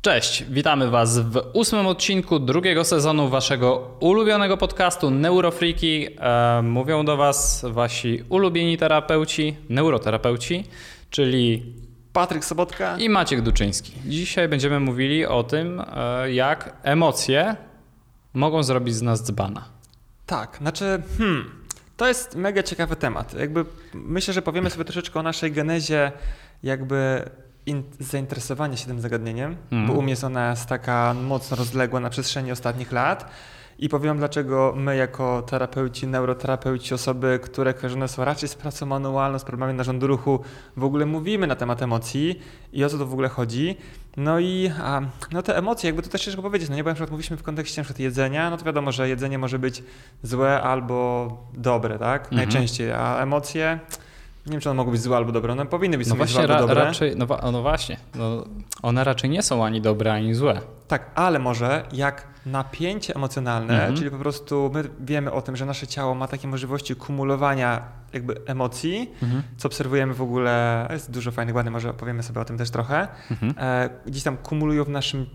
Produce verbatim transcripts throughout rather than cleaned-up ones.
Cześć, witamy Was w ósmym odcinku drugiego sezonu Waszego ulubionego podcastu Neurofreaki. E, mówią do Was Wasi ulubieni terapeuci, neuroterapeuci, czyli Patryk Sobotka i Maciek Duczyński. Dzisiaj będziemy mówili o tym, e, jak emocje mogą zrobić z nas dzbana. Tak, znaczy, hmm, to jest mega ciekawy temat. Jakby myślę, że powiemy sobie troszeczkę o naszej genezie, jakby in, zainteresowania się tym zagadnieniem, mm. bo u mnie jest ona jest taka mocno rozległa na przestrzeni ostatnich lat i powiem, dlaczego my jako terapeuci, neuroterapeuci, osoby, które kojarzone są raczej z pracą manualną, z problemami narządu ruchu, w ogóle mówimy na temat emocji i o co to w ogóle chodzi. No i a, no te emocje, jakby to też ciężko powiedzieć, no nie, bo na przykład mówiliśmy w kontekście na przykład jedzenia, no to wiadomo, że jedzenie może być złe albo dobre, tak? Mhm. Najczęściej, a emocje, nie wiem, czy one mogą być złe albo dobre, one powinny być no sobie właśnie, złe albo ra- dobre. Raczej, no, no właśnie, no, one raczej nie są ani dobre, ani złe. Tak, ale może jak napięcie emocjonalne, mhm. czyli po prostu my wiemy o tym, że nasze ciało ma takie możliwości kumulowania jakby emocji, mhm. co obserwujemy w ogóle, jest dużo fajnych badań, może opowiemy sobie o tym też trochę, mhm. e, gdzieś tam kumulują w naszym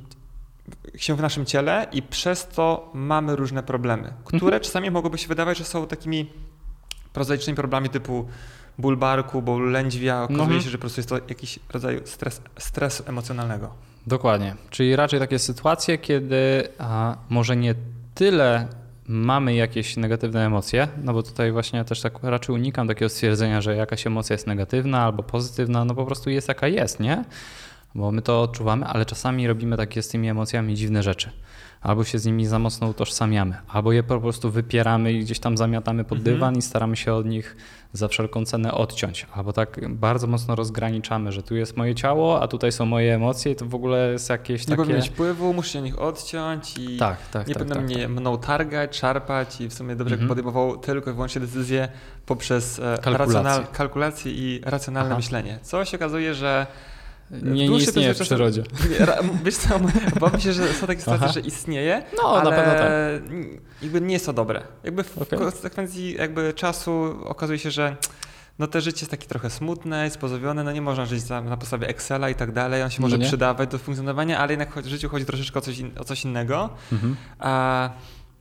się w naszym ciele i przez to mamy różne problemy, które mhm. czasami mogłoby się wydawać, że są takimi prozaicznymi problemami typu ból barku, ból lędźwia, okazuje mhm. się, że po prostu jest to jakiś rodzaj stres, stresu emocjonalnego. Dokładnie, czyli raczej takie sytuacje, kiedy a, może nie tyle mamy jakieś negatywne emocje, no bo tutaj właśnie też tak raczej unikam takiego stwierdzenia, że jakaś emocja jest negatywna albo pozytywna, no po prostu jest jaka jest, nie? Bo my to odczuwamy, ale czasami robimy takie z tymi emocjami dziwne rzeczy. Albo się z nimi za mocno utożsamiamy, albo je po prostu wypieramy i gdzieś tam zamiatamy pod dywan mhm. i staramy się od nich za wszelką cenę odciąć. Albo tak bardzo mocno rozgraniczamy, że tu jest moje ciało, a tutaj są moje emocje i to w ogóle jest jakieś nie takie... Nie powinien mieć wpływu, muszę się od nich odciąć i tak, tak, nie tak, powinno tak, mnie tak. mną targać, szarpać i w sumie dobrze mhm. podejmował tylko i wyłącznie decyzje poprzez kalkulacje, racjonal- kalkulacje i racjonalne Aha. myślenie. Co się okazuje, że Nie, nie istnieje w przyrodzie. Nie, wiesz co, obawiam się, że są takie sytuacje, Aha. że istnieje, no, ale na pewno tak. jakby nie jest to dobre. Jakby w okay. konsekwencji jakby czasu okazuje się, że no to życie jest takie trochę smutne, jest pozowione, no nie można żyć za, na podstawie Excela i tak dalej, on się może no przydawać do funkcjonowania, ale jednak w życiu chodzi troszeczkę o coś, in, o coś innego. Mhm. A,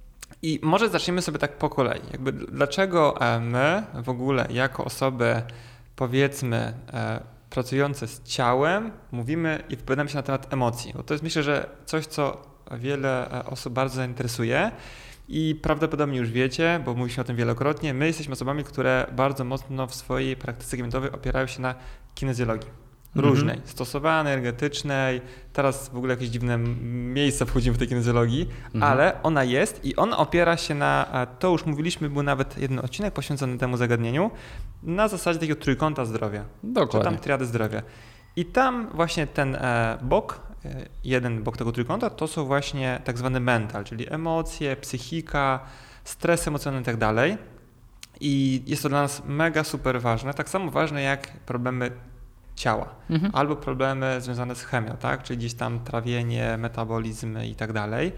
I może zaczniemy sobie tak po kolei. Jakby dlaczego my w ogóle jako osoby, powiedzmy, pracujące z ciałem, mówimy i wypowiadamy się na temat emocji. Bo to jest, myślę, że coś, co wiele osób bardzo zainteresuje i prawdopodobnie już wiecie, bo mówiliśmy o tym wielokrotnie, my jesteśmy osobami, które bardzo mocno w swojej praktyce gabinetowej opierają się na kinezjologii. Różnej, mhm. stosowanej, energetycznej, teraz w ogóle jakieś dziwne miejsca wchodzimy w tej kinezjologii, mhm. ale ona jest i ona opiera się na, to już mówiliśmy, był nawet jeden odcinek poświęcony temu zagadnieniu, na zasadzie takiego trójkąta zdrowia, Dokładnie. czy tam triady zdrowia. I tam właśnie ten e, bok, e, jeden bok tego trójkąta, to są właśnie tak zwany mental, czyli emocje, psychika, stres emocjonalny i tak dalej. I jest to dla nas mega super ważne, tak samo ważne jak problemy ciała, mhm. albo problemy związane z chemią, tak? Czyli gdzieś tam trawienie, metabolizm i tak dalej.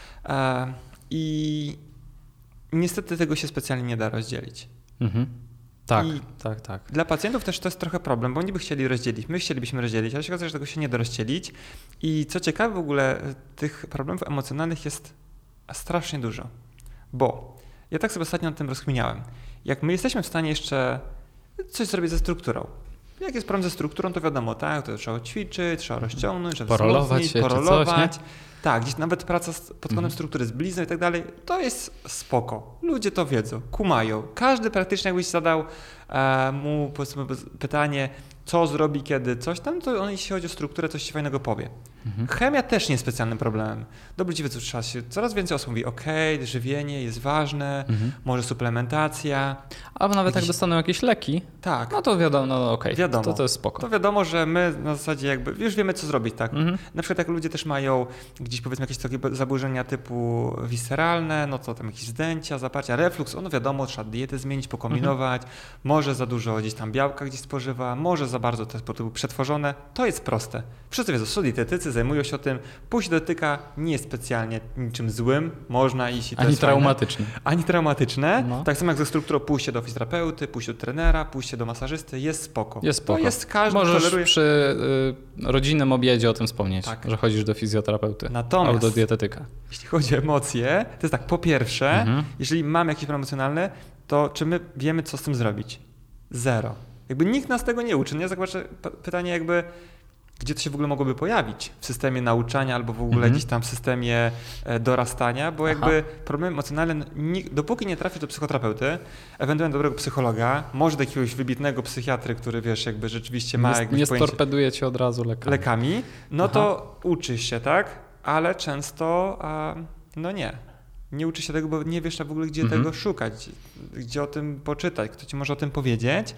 E, I niestety tego się specjalnie nie da rozdzielić. Mhm. Tak, I tak, tak. Dla pacjentów też to jest trochę problem, bo oni by chcieli rozdzielić, my chcielibyśmy rozdzielić, ale się okazuje, że tego się nie da rozdzielić. I co ciekawe w ogóle, tych problemów emocjonalnych jest strasznie dużo, bo ja tak sobie ostatnio nad tym rozkminiałem. Jak my jesteśmy w stanie jeszcze coś zrobić ze strukturą, jak jest problem ze strukturą, to wiadomo, tak, to trzeba ćwiczyć, trzeba rozciągnąć, trzeba porolować wzmocnić, się, porolować. Czy coś, tak, gdzieś nawet praca pod kątem mhm. struktury z blizną i tak dalej, to jest spoko. Ludzie to wiedzą, kumają. Każdy praktycznie jakbyś zadał e, mu powiedzmy pytanie, co zrobi, kiedy coś tam, to on, jeśli chodzi o strukturę, coś ci fajnego powie. Mhm. Chemia też nie jest specjalnym problemem. Dobry ci wiedzą, trzeba się, coraz więcej osób mówi, okej, okay, żywienie jest ważne, mhm. może suplementacja. Albo nawet jakieś... jak dostaną jakieś leki, tak. no to wiadomo, no okej, okay, to, to jest spoko. To wiadomo, że my na zasadzie jakby już wiemy, co zrobić, tak? Mhm. Na przykład jak ludzie też mają gdzieś powiedzmy jakieś takie zaburzenia typu visceralne, no to tam jakieś zdęcia, zaparcia, refluks, ono wiadomo, trzeba dietę zmienić, pokombinować, mhm. może za dużo gdzieś tam białka gdzieś spożywa, może za bardzo te sporty były przetworzone. To jest proste. Wszyscy wiedzą, są dietetycy, zajmują się o tym. Pójść do dietetyka nie jest specjalnie niczym złym. Można iść i to Ani jest traumatyczne. Fajne. Ani traumatyczne. No. Tak samo jak ze strukturą pójście do fizjoterapeuty, pójście do trenera, pójście do masażysty jest spoko. Jest spoko. To jest każdy Możesz toleruje. przy y, rodzinnym obiedzie o tym wspomnieć, tak. że chodzisz do fizjoterapeuty Natomiast, albo do dietetyka. Jeśli chodzi o emocje, to jest tak, po pierwsze, Mhm. jeżeli mamy jakieś problemy emocjonalne, to czy my wiemy, co z tym zrobić? Zero. Jakby nikt nas tego nie uczy. Nie zobaczę pytanie jakby, gdzie to się w ogóle mogłoby pojawić? W systemie nauczania albo w ogóle mhm. gdzieś tam w systemie dorastania, bo jakby Aha. problemy emocjonalne, dopóki nie trafisz do psychoterapeuty, ewentualnie dobrego psychologa, może do jakiegoś wybitnego psychiatry, który wiesz, jakby rzeczywiście ma nie, jakieś nie pojęcie... storpeduje cię od razu lekami. lekami, no Aha. to uczysz się, tak? Ale często, a, no nie. Nie uczy się tego, bo nie wiesz w ogóle, gdzie mhm. tego szukać, gdzie o tym poczytać, kto ci może o tym powiedzieć.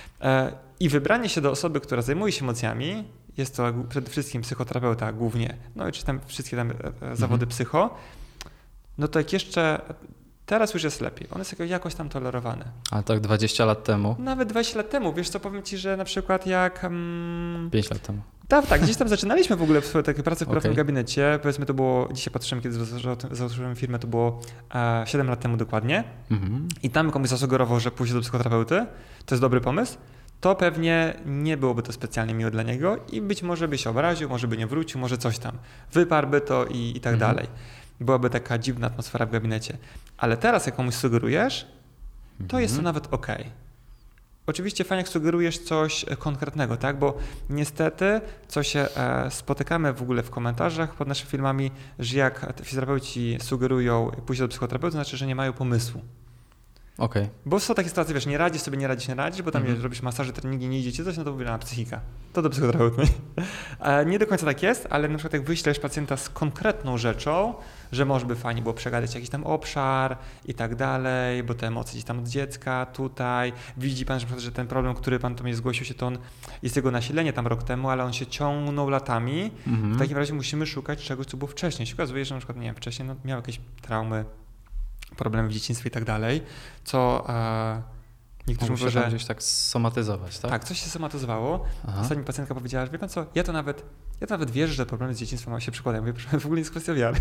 I wybranie się do osoby, która zajmuje się emocjami, jest to przede wszystkim psychoterapeuta głównie, no i czy tam wszystkie tam zawody mhm. psycho, no to jak jeszcze, teraz już jest lepiej, one są jakoś tam tolerowane. Ale tak dwadzieścia lat temu? Nawet dwadzieścia lat temu, wiesz co, powiem ci, że na przykład jak... Um, pięć lat temu. Tak, tak, gdzieś tam zaczynaliśmy w ogóle w swojej takiej pracy w prawnym okay. gabinecie. Powiedzmy to było, dzisiaj patrzyłem, kiedy założyłem firmę, to było e, siedem lat temu dokładnie. Mm-hmm. I tam komuś zasugerował, że pójdzie do psychoterapeuty, to jest dobry pomysł. To pewnie nie byłoby to specjalnie miłe dla niego i być może by się obraził, może by nie wrócił, może coś tam. Wyparłby to i, i tak mm-hmm. dalej. Byłaby taka dziwna atmosfera w gabinecie. Ale teraz jak komuś sugerujesz, to mm-hmm. jest to nawet okej. Okay. Oczywiście fajnie, jak sugerujesz coś konkretnego, tak? Bo niestety, co się e, spotykamy w ogóle w komentarzach pod naszymi filmami, że jak fizjoterapeuci sugerują pójść do psychoterapeuty, to znaczy, że nie mają pomysłu. Okay. Bo są takie sytuacje, wiesz, nie radzisz sobie, nie radzisz, nie radzisz, bo tam mm-hmm. robisz masaże, treningi, nie idzie ci coś, no to mówię, na psychika. To do psychoterapeuty. e, nie do końca tak jest, ale na przykład jak wyślesz pacjenta z konkretną rzeczą, że może by fajnie było przegadać jakiś tam obszar i tak dalej, bo te emocje gdzieś tam od dziecka, tutaj. Widzi pan, że ten problem, który pan do mnie zgłosił się, to on jest jego nasilenie tam rok temu, ale on się ciągnął latami. Mm-hmm. W takim razie musimy szukać czegoś, co było wcześniej. Się okazuje, że na przykład, nie wiem, wcześniej no, miał jakieś traumy, problemy w dzieciństwie i tak dalej, co e, niektórzy mówią, że... gdzieś tak somatyzować, tak? Tak, coś się somatyzowało. Ostatnio pacjentka powiedziała, że wie pan co, ja to nawet, ja to nawet wierzę, że problemy z dzieciństwem się przykładają. Mówię, w ogóle nie jest kwestia wiary.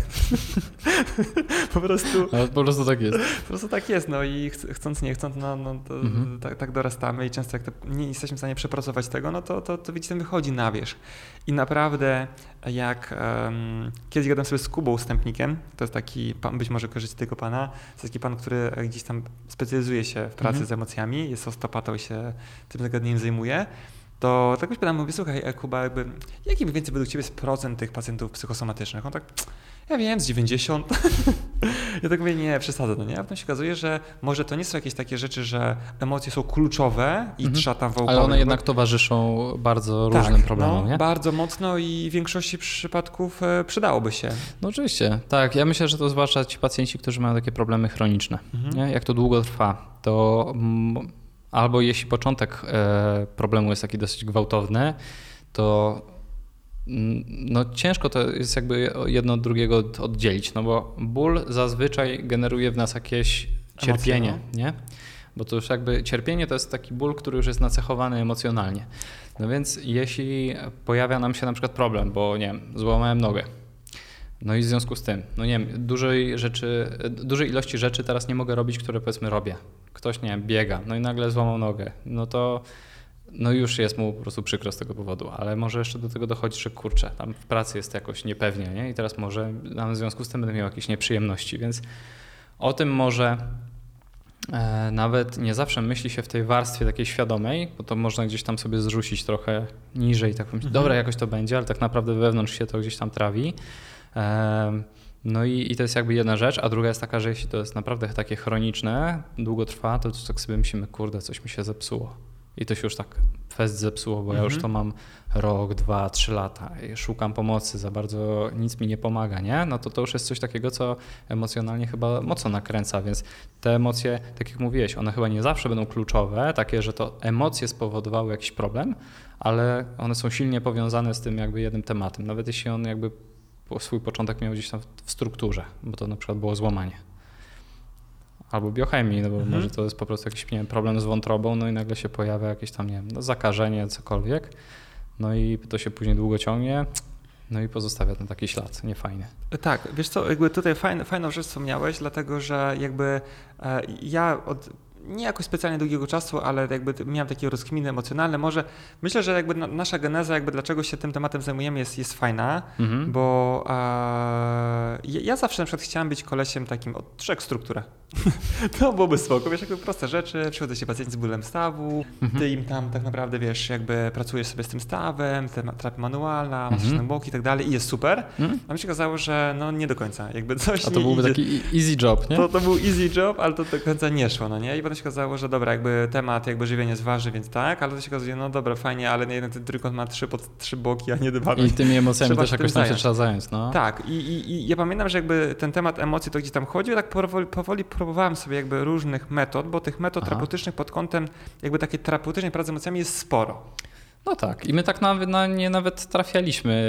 po prostu... No, po prostu tak jest. Po prostu tak jest, no i ch- chcąc, nie chcąc, no, no to mhm. tak, tak dorastamy i często jak to nie jesteśmy w stanie przepracować tego, no to, to, to widzicie, ten wychodzi na wierzch. I naprawdę jak um, kiedyś gadałem sobie z Kubą Stępnikiem, to jest taki pan, być może kojarzycie tego pana, to jest taki pan, który gdzieś tam specjalizuje się w pracy mhm. z emocjami, jest osteopatą i się tym zagadnieniem zajmuje, to tak już pytam, mówię, słuchaj Kuba, jakby, jaki mniej więcej według ciebie jest procent tych pacjentów psychosomatycznych? On tak, ja wiem, z dziewięćdziesiąt. Ja tak mówię, nie, przesadzę, no nie? A potem się okazuje, że może to nie są jakieś takie rzeczy, że emocje są kluczowe i mhm. trzeba tam wałkować. Ale one jednak towarzyszą bardzo tak, różnym problemom, no, nie? bardzo mocno i w większości przypadków e, przydałoby się. No oczywiście, tak. Ja myślę, że to zwłaszcza ci pacjenci, którzy mają takie problemy chroniczne. Mhm. Nie? Jak to długo trwa, to m, albo jeśli początek e, problemu jest taki dosyć gwałtowny, to no ciężko to jest jakby jedno od drugiego oddzielić, no bo ból zazwyczaj generuje w nas jakieś cierpienie, emocje, no. nie? Bo to już jakby cierpienie to jest taki ból, który już jest nacechowany emocjonalnie. No więc jeśli pojawia nam się na przykład problem, bo nie wiem, złamałem nogę, no i w związku z tym, no nie wiem, dużej rzeczy, dużej ilości rzeczy teraz nie mogę robić, które powiedzmy robię. Ktoś, nie wiem, biega, no i nagle złamał nogę, no to no już jest mu po prostu przykro z tego powodu, ale może jeszcze do tego dochodzi, że kurczę, tam w pracy jest jakoś niepewnie, nie? I teraz może w związku z tym będę miał jakieś nieprzyjemności, więc o tym może e, nawet nie zawsze myśli się w tej warstwie takiej świadomej, bo to można gdzieś tam sobie zrzucić trochę niżej, tak pomyśleć, mhm. dobra, jakoś to będzie, ale tak naprawdę wewnątrz się to gdzieś tam trawi. E, no i, i to jest jakby jedna rzecz, a druga jest taka, że jeśli to jest naprawdę takie chroniczne, długo trwa, to tak sobie myślimy, kurde, coś mi się zepsuło. I to się już tak fest zepsuło, bo mhm. ja już to mam rok, dwa, trzy lata i szukam pomocy, za bardzo nic mi nie pomaga, nie? No to to już jest coś takiego, co emocjonalnie chyba mocno nakręca, więc te emocje, tak jak mówiłeś, one chyba nie zawsze będą kluczowe, takie, że to emocje spowodowały jakiś problem, ale one są silnie powiązane z tym jakby jednym tematem, nawet jeśli on jakby swój początek miał gdzieś tam w strukturze, bo to na przykład było złamanie. albo biochemii, no bo mhm. może to jest po prostu jakiś nie wiem, problem z wątrobą, no i nagle się pojawia jakieś tam, nie wiem, no zakażenie, cokolwiek, no i to się później długo ciągnie, no i pozostawia ten taki ślad, niefajny. Tak, wiesz co, jakby tutaj fajne, fajną rzecz wspomniałeś, dlatego że jakby e, ja od nie jakoś specjalnie długiego czasu, ale jakby miałem takie rozkminy emocjonalne. Może myślę, że jakby nasza geneza, jakby dlaczego się tym tematem zajmujemy jest, jest fajna, mhm. bo e, ja zawsze na przykład chciałem być kolesiem takim o trzech strukturach. To byłoby spoko, wiesz, jakby proste rzeczy, przychodzą się pacjenci z bólem stawu, mhm. ty im tam tak naprawdę, wiesz, jakby pracujesz sobie z tym stawem, terapia manualna, masaż mhm. na boki i tak dalej i jest super, mhm. a mi się okazało, że no nie do końca, jakby coś A to nie byłby idzie. taki easy job, nie? To, to był easy job, ale to do końca nie szło, no nie? I potem się okazało, że dobra, jakby temat jakby żywienie zważy, więc tak, ale to się okazuje, no dobra, fajnie, ale jednak ten trójkąt ma trzy, pod, trzy boki, a nie dwa. I tymi emocjami trzeba też jakoś tam się trzeba zająć, no. Tak, i, i, i ja pamiętam, że jakby ten temat emocji to gdzieś tam chodził, tak powoli, powoli próbowałem sobie jakby różnych metod, bo tych metod Aha. terapeutycznych pod kątem jakby takiej terapeutycznej pracy z emocjami jest sporo. No tak, i my tak nawet na nie nawet trafialiśmy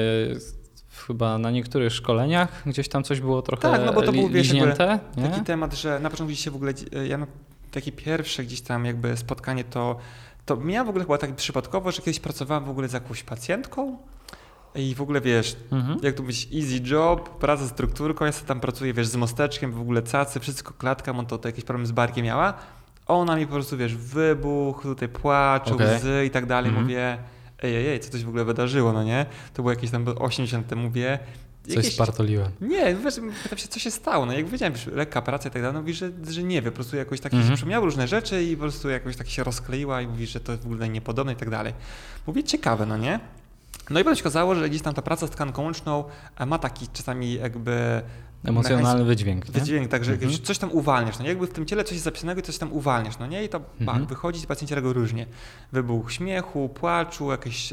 chyba na niektórych szkoleniach, gdzieś tam coś było trochę tak, no bo to był, wiesz, liźnięte, taki temat, że na początku gdzieś się w ogóle, ja na takie pierwsze gdzieś tam jakby spotkanie to, to miałem w ogóle chyba tak przypadkowo, że kiedyś pracowałem w ogóle z jakąś pacjentką i w ogóle wiesz, mhm. jak to być easy job, praca z strukturką, ja sobie tam pracuję, wiesz, z mosteczkiem, w ogóle cacy, wszystko klatka, on to, to jakiś problem z barkiem miała, ona mi po prostu, wiesz, wybuch, tutaj płacz, okay. łzy i tak dalej, mhm. mówię, ej, ej, ej, co to się w ogóle wydarzyło, no nie? To było jakieś tam osiemdziesiąt temu, mówię, Coś jakieś... spartoliłem. Nie, wiesz, pytam się, co się stało. No jak wiedziałem, wiesz, lekka praca i tak dalej, no mówi, że, że nie wie, po prostu jakoś tak mm-hmm. się przypomniały różne rzeczy i po prostu jakoś tak się rozkleiła i mówi, że to w ogóle niepodobne i tak dalej. Mówię, ciekawe, no nie? No i potem się okazało, że gdzieś tam ta praca z tkanką łączną ma taki czasami jakby emocjonalny wydźwięk. Wydźwięk, także mm-hmm. coś tam uwalniasz, no nie? Jakby w tym ciele coś jest zapisanego i coś tam uwalniasz, no nie? I to mm-hmm. bach, wychodzi i pacjenci reagują różnie. Wybuch śmiechu, płaczu, jakieś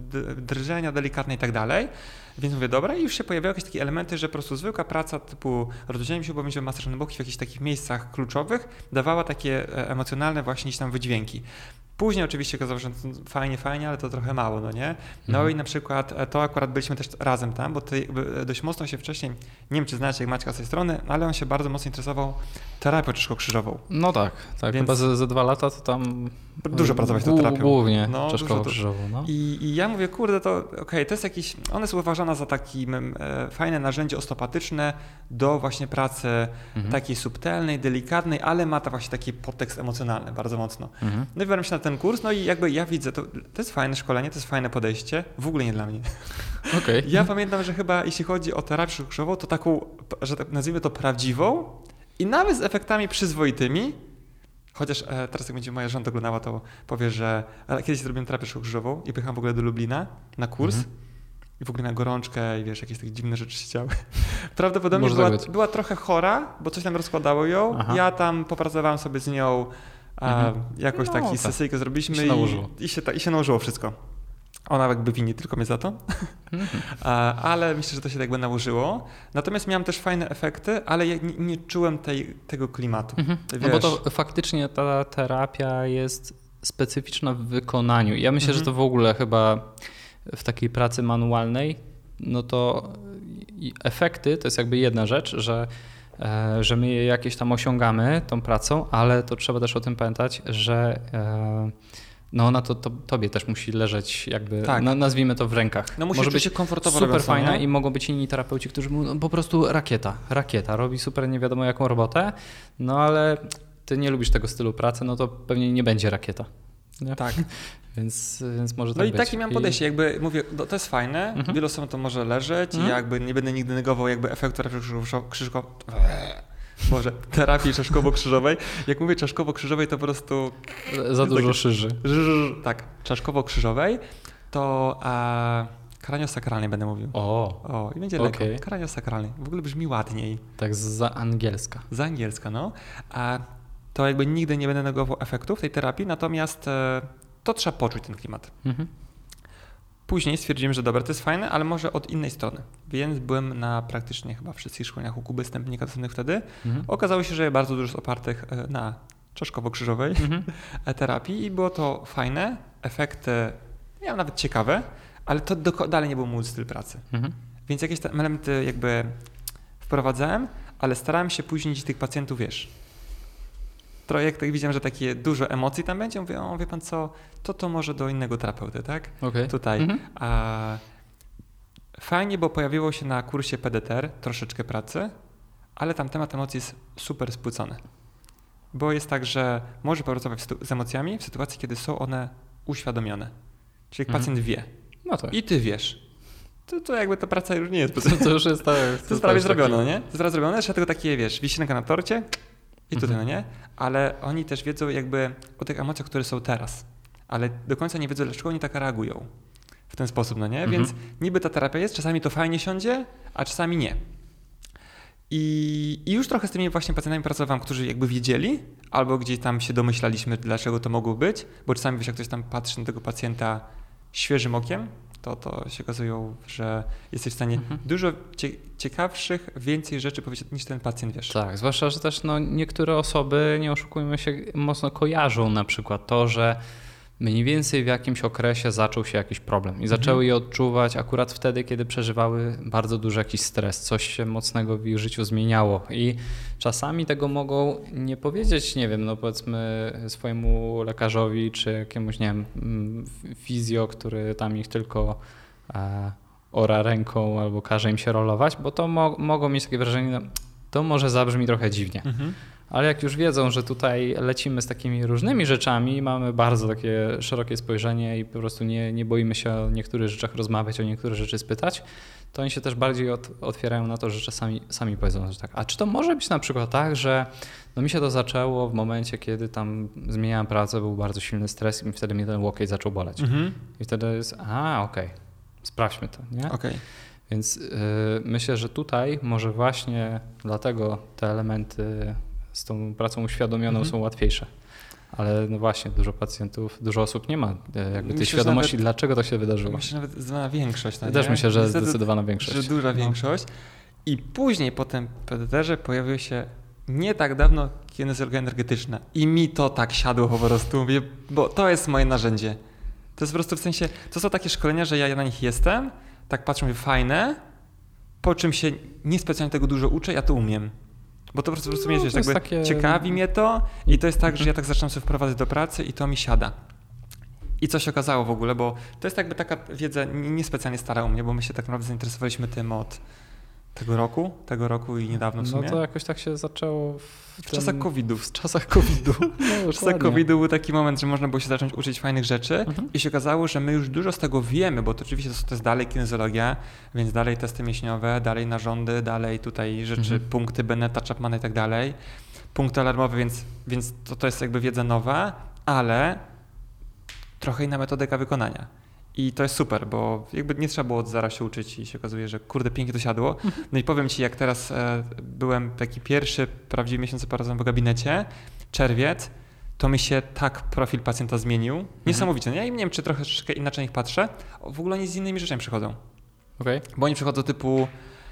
drżenia delikatne i tak dalej. Więc mówię, dobra, i już się pojawiały jakieś takie elementy, że po prostu zwykła praca typu rozluźnieniem się, bo będzie masaż na boki w jakichś takich miejscach kluczowych dawała takie emocjonalne właśnie tam wydźwięki. Później oczywiście okazało się, że fajnie, fajnie, ale to trochę mało, no nie? No mhm. i na przykład to akurat byliśmy też razem tam, bo ty dość mocno się wcześniej, nie wiem czy znacie jak Maćka z tej strony, ale on się bardzo mocno interesował terapią czaszkowo-krzyżową. No tak, tak. Więc chyba ze, ze dwa lata to tam dużo pracować nad terapią. Głównie no, czaszkowo-krzyżową. No. I, I ja mówię, kurde, to okej, okay, to jest jakiś, ona jest uważana za takie e, fajne narzędzie osteopatyczne do właśnie pracy mhm. takiej subtelnej, delikatnej, ale ma to właśnie taki podtekst emocjonalny bardzo mocno. Mhm. No i wybieram się na ten kurs, no i jakby ja widzę, to, to jest fajne szkolenie, to jest fajne podejście, w ogóle nie dla mnie. Okay. Ja pamiętam, że chyba jeśli chodzi o terapię czaszkowo, to taką, że tak nazwijmy to prawdziwą i nawet z efektami przyzwoitymi, chociaż e, teraz jak będzie moja żona oglądała, to powie, że e, kiedyś zrobiłem terapię krzyżową i pychałem w ogóle do Lublina na kurs mhm. i w ogóle na gorączkę i wiesz, jakieś takie dziwne rzeczy się działy. Prawdopodobnie była, była trochę chora, bo coś tam rozkładało ją. Aha. Ja tam popracowałem sobie z nią, a, mhm. jakoś no, taki tak. sesyjkę zrobiliśmy i, i, i, się, i się nałożyło wszystko. Ona jakby wini tylko mnie za to, mhm. a, ale myślę, że to się jakby nałożyło. Natomiast miałem też fajne efekty, ale ja nie, nie czułem tej, tego klimatu. Mhm. No bo to faktycznie ta terapia jest specyficzna w wykonaniu. Ja myślę, mhm. że to w ogóle chyba w takiej pracy manualnej, no to efekty to jest jakby jedna rzecz, że, że my je jakieś tam osiągamy tą pracą, ale to trzeba też o tym pamiętać, że no ona to, to tobie też musi leżeć jakby, tak. no, nazwijmy to w rękach. No musi Może być się komfortowo super fajna i mogą być inni terapeuci, którzy mówią, no po prostu rakieta, rakieta, robi super nie wiadomo jaką robotę, no ale ty nie lubisz tego stylu pracy, no to pewnie nie będzie rakieta. Nie? Tak. Więc, więc może tak No i być. takie miałem podejście, jakby mówię, no to jest fajne, mhm. wielu osobom to może leżeć mhm. i jakby nie będę nigdy negował jakby efektu krzyżko... Może terapii czaszkowo-krzyżowej. Jak mówię czaszkowo-krzyżowej, to po prostu... Za dużo takie, szyży. Tak, czaszkowo-krzyżowej to a, kraniosakralnej będę mówił. O, o I będzie okay. lekko. Kraniosakralnej. W ogóle brzmi ładniej. Tak za angielska. Za angielska, no. A, to jakby nigdy nie będę negował efektów tej terapii, natomiast e, to trzeba poczuć ten klimat. Mhm. Później stwierdziłem, że dobra, to jest fajne, ale może od innej strony. Więc byłem na praktycznie chyba wszystkich szkoleniach u Kuby Stępnika dostępnych wtedy. Mhm. Okazało się, że bardzo dużo jest opartych na czaszkowo-krzyżowej mhm. terapii i było to fajne, efekty, nie wiem, nawet ciekawe, ale to do, dalej nie był mój styl pracy. Mhm. Więc jakieś tam elementy jakby wprowadzałem, ale starałem się później tych pacjentów, wiesz, projektach widziałem, że takie dużo emocji tam będzie. Mówię, o wie pan co, to to może do innego terapeuty, tak? Okay. Tutaj. Mhm. A fajnie, bo pojawiło się na kursie P D T R troszeczkę pracy, ale tam temat emocji jest super spłycony. Bo jest tak, że może pracować z emocjami w sytuacji, kiedy są one uświadomione. Czyli mhm. pacjent wie. No tak. I ty wiesz. To, to jakby ta praca już nie jest. To, to już jest tak. To, to jest prawie zrobione, taki... nie? To jest prawie zrobione, jeszcze tylko takie, wiesz, wisienka na torcie i tutaj, mhm. no nie? Ale oni też wiedzą jakby o tych emocjach, które są teraz. Ale do końca nie wiedzą, dlaczego oni tak reagują w ten sposób, no nie? Mhm. Więc niby ta terapia jest, czasami to fajnie siądzie, a czasami nie. I, I już trochę z tymi właśnie pacjentami pracowałem, którzy jakby wiedzieli, albo gdzieś tam się domyślaliśmy, dlaczego to mogło być, bo czasami wiesz, jak ktoś tam patrzy na tego pacjenta świeżym okiem, to, to się okazują, że jesteś w stanie mhm. dużo cie, ciekawszych, więcej rzeczy powiedzieć niż ten pacjent, wiesz. Tak, zwłaszcza, że też no, niektóre osoby, nie oszukujmy się, mocno kojarzą na przykład to, że mniej więcej w jakimś okresie zaczął się jakiś problem i mhm. zaczęły je odczuwać akurat wtedy, kiedy przeżywały bardzo duży jakiś stres, coś się mocnego w ich życiu zmieniało i czasami tego mogą nie powiedzieć, nie wiem, no powiedzmy swojemu lekarzowi czy jakiemuś, nie wiem, fizjo, który tam ich tylko e, ora ręką albo każe im się rolować, bo to mo- mogą mieć takie wrażenie, no, to może zabrzmi trochę dziwnie. Mhm. Ale jak już wiedzą, że tutaj lecimy z takimi różnymi rzeczami, mamy bardzo takie szerokie spojrzenie i po prostu nie, nie boimy się o niektórych rzeczach rozmawiać, o niektóre rzeczy spytać, to oni się też bardziej od, otwierają na to, że czasami sami powiedzą, że tak. A czy to może być na przykład tak, że no mi się to zaczęło w momencie, kiedy tam zmieniałem pracę, był bardzo silny stres i wtedy mnie ten łokieć zaczął boleć. Mhm. I wtedy jest, a okej, okay, sprawdźmy to, nie? Okej. Okay. Więc yy, myślę, że tutaj może właśnie dlatego te elementy z tą pracą uświadomioną mhm. są łatwiejsze. Ale no właśnie, dużo pacjentów, dużo osób nie ma jakby tej myślę, świadomości, nawet, dlaczego to się wydarzyło. Myślę, że nawet zdecydowana większość. No Też nie? myślę, że Niestety, zdecydowana większość. Że duża no. większość. I później po tym P D T R-ze pojawiło się nie tak dawno kinezjologia energetyczna. I mi to tak siadło po prostu, mówię, bo to jest moje narzędzie. To jest po prostu w sensie, to są takie szkolenia, że ja na nich jestem, tak patrzę, mówię, fajne, po czym się niespecjalnie tego dużo uczę, ja to umiem. Bo to po prostu, po prostu no, wiesz, jakby takie... ciekawi mnie to i to jest tak, że ja tak zaczynam sobie wprowadzać do pracy i to mi siada. I co się okazało w ogóle, bo to jest jakby taka wiedza niespecjalnie stara u mnie, bo my się tak naprawdę zainteresowaliśmy tym od tego roku, tego roku i niedawno w sumie. No to jakoś tak się zaczęło w, w tym... czasach kowida. W czasach kowida. No, w czasach kowida był taki moment, że można było się zacząć uczyć fajnych rzeczy mhm. i się okazało, że my już dużo z tego wiemy, bo to oczywiście to, to jest dalej kinezjologia, więc dalej testy mięśniowe, dalej narządy, dalej tutaj rzeczy, mhm. punkty Beneta, Chapmana i tak dalej, punkty alarmowe, więc, więc to, to jest jakby wiedza nowa, ale trochę inna metodyka wykonania. I to jest super, bo jakby nie trzeba było od zera się uczyć i się okazuje, że kurde, pięknie to siadło. No i powiem ci, jak teraz e, byłem taki pierwszy prawdziwy miesiąc pracowałem w gabinecie, czerwiec, to mi się tak profil pacjenta zmienił. Niesamowicie. No ja nie wiem, czy trochę inaczej na nich patrzę. W ogóle oni z innymi rzeczami przychodzą. Okay. Bo oni przychodzą typu,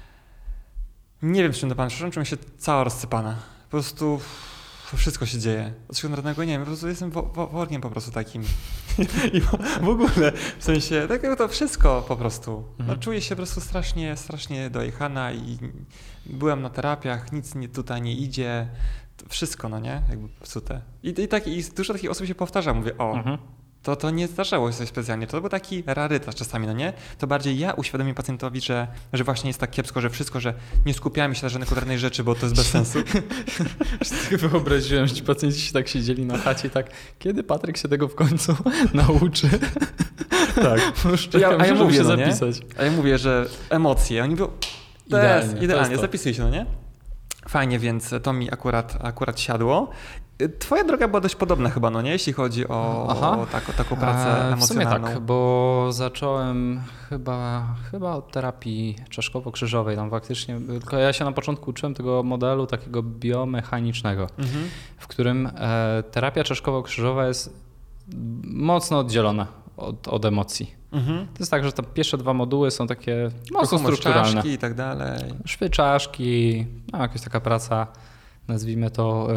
nie wiem, z czym do pana przyszedłem, czułem się cała rozsypana. Po prostu wszystko się dzieje. Od czego narodnego nie wiem, po prostu jestem wo- wo- workiem po prostu takim. I w ogóle, w sensie, tak to wszystko po prostu. No, czuję się po prostu strasznie, strasznie dojechana i byłem na terapiach, nic nie, tutaj nie idzie. Wszystko, no nie? Jakby psute. I, i, tak, i dużo takich osób się powtarza, mówię, o, mhm. to, to nie zdarzało się coś specjalnie. To był taki rarytas czasami, no nie? To bardziej ja uświadomię pacjentowi, że, że właśnie jest tak kiepsko, że wszystko, że nie skupiamy się na żadnej konkretnej rzeczy, bo to jest bez sensu. Aż tak wyobraziłem, że ci pacjenci się tak siedzieli na chacie i tak, kiedy Patryk się tego w końcu nauczy? Tak. Czekam, a ja mówię, się no zapisać. A ja mówię, że emocje, oni mówią, to idealnie, jest, idealnie, to zapisuj się, no nie? Fajnie, więc to mi akurat, akurat siadło. Twoja droga była dość podobna chyba, no nie? Jeśli chodzi o, o, tak, o taką pracę A, emocjonalną. W sumie tak, bo zacząłem chyba, chyba od terapii czaszkowo-krzyżowej. Tam faktycznie, tylko ja się na początku uczyłem tego modelu takiego biomechanicznego, mhm. w którym e, terapia czaszkowo-krzyżowa jest mocno oddzielona od, od emocji. Mhm. To jest tak, że te pierwsze dwa moduły są takie mocno strukturalne. Czaszki i tak dalej. Szwy, czaszki, no jakaś taka praca, nazwijmy to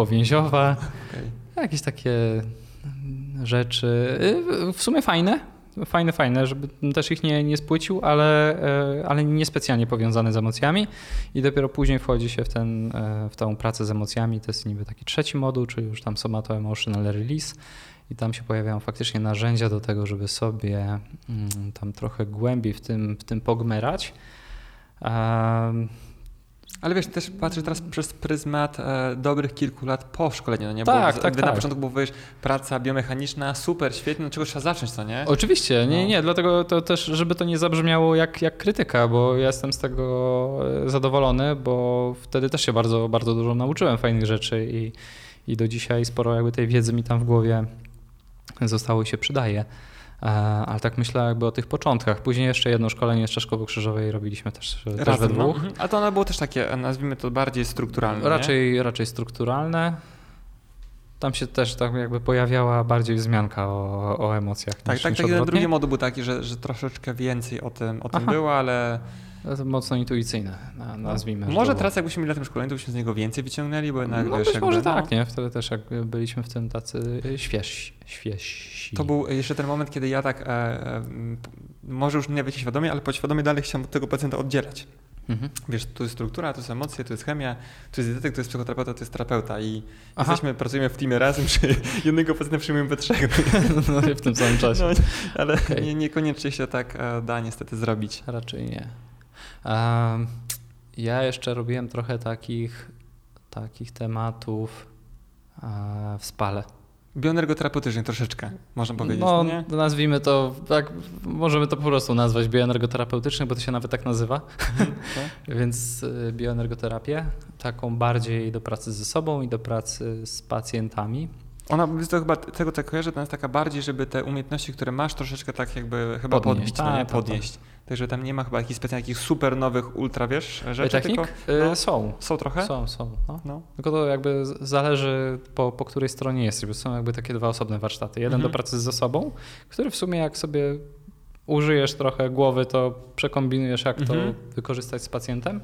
ubogo-powięziowa. Okay. Jakieś takie rzeczy w sumie fajne, fajne, fajne, żeby też ich nie, nie spłycił, ale, ale niespecjalnie powiązane z emocjami i dopiero później wchodzi się w, ten, w tą pracę z emocjami. To jest niby taki trzeci moduł, czyli już tam Somato Emotional Release i tam się pojawiają faktycznie narzędzia do tego, żeby sobie tam trochę głębiej w tym, w tym pogmerać. Um, Ale wiesz, też patrzę teraz przez pryzmat e, dobrych kilku lat po szkoleniu, no nie? Tak, Bo tak, wy tak. na początku było, wiesz, praca biomechaniczna, super, świetnie, no czego trzeba zacząć, co nie? Oczywiście, nie, no. nie, dlatego to też, żeby to nie zabrzmiało jak, jak krytyka, bo ja jestem z tego zadowolony, bo wtedy też się bardzo, bardzo dużo nauczyłem fajnych rzeczy i, i do dzisiaj sporo jakby tej wiedzy mi tam w głowie zostało i się przydaje. Ale tak myślę jakby o tych początkach. Później jeszcze jedno szkolenie z Czeszkowo-Krzyżowej robiliśmy też, też we dwóch. No. A to ono było też takie, nazwijmy to bardziej strukturalne. Raczej, raczej strukturalne. Tam się też tak jakby pojawiała bardziej wzmianka o, o emocjach. Tak, niż, tak, niż tak odwrotnie. drugi moduł był taki, że, że troszeczkę więcej o tym, o tym Aha. było, ale... To mocno intuicyjne, nazwijmy. Może to... teraz jakbyśmy mieli na tym szkoleniu, to byśmy z niego więcej wyciągnęli, bo jednak no wiesz, być jakby, może no, tak, nie? Wtedy też jak byliśmy w tym tacy świeżsi. świeżsi. To był jeszcze ten moment, kiedy ja tak, e, e, może już nie wiecie świadomie, ale podświadomie dalej chciałem od tego pacjenta oddzielać. Mhm. Wiesz, tu jest struktura, tu jest emocje, tu jest chemia, tu jest dietetyk, tu jest psychoterapeuta, tu jest terapeuta i Aha. jesteśmy, pracujemy w teamie razem, przy jednego pacjenta przyjmujemy we trzech. No w tym samym czasie. No, ale okay. nie, niekoniecznie się tak da niestety zrobić. Raczej nie. Um, ja jeszcze robiłem trochę takich, takich tematów uh, w spale. Bioenergoterapeutycznych troszeczkę, można powiedzieć, no, nie? Nazwijmy to, tak, możemy to po prostu nazwać bioenergoterapeutycznym, bo to się nawet tak nazywa. Mhm, tak. Więc bioenergoterapię, taką bardziej do pracy ze sobą i do pracy z pacjentami. Ona, to chyba tego co kojarzę, to jest taka bardziej, żeby te umiejętności, które masz, troszeczkę tak jakby chyba podnieść, podnieść, tak, no nie? tak, podnieść. Tak. Także tam nie ma chyba jakichś specjalnych, takich super nowych, ultra, wiesz, rzeczy, technik? tylko... No, są. Są trochę? Są, są. No. No. Tylko to jakby zależy po, po której stronie jesteś, bo są jakby takie dwa osobne warsztaty. Jeden mhm. do pracy z sobą, który w sumie jak sobie użyjesz trochę głowy, to przekombinujesz, jak mhm. to wykorzystać z pacjentem.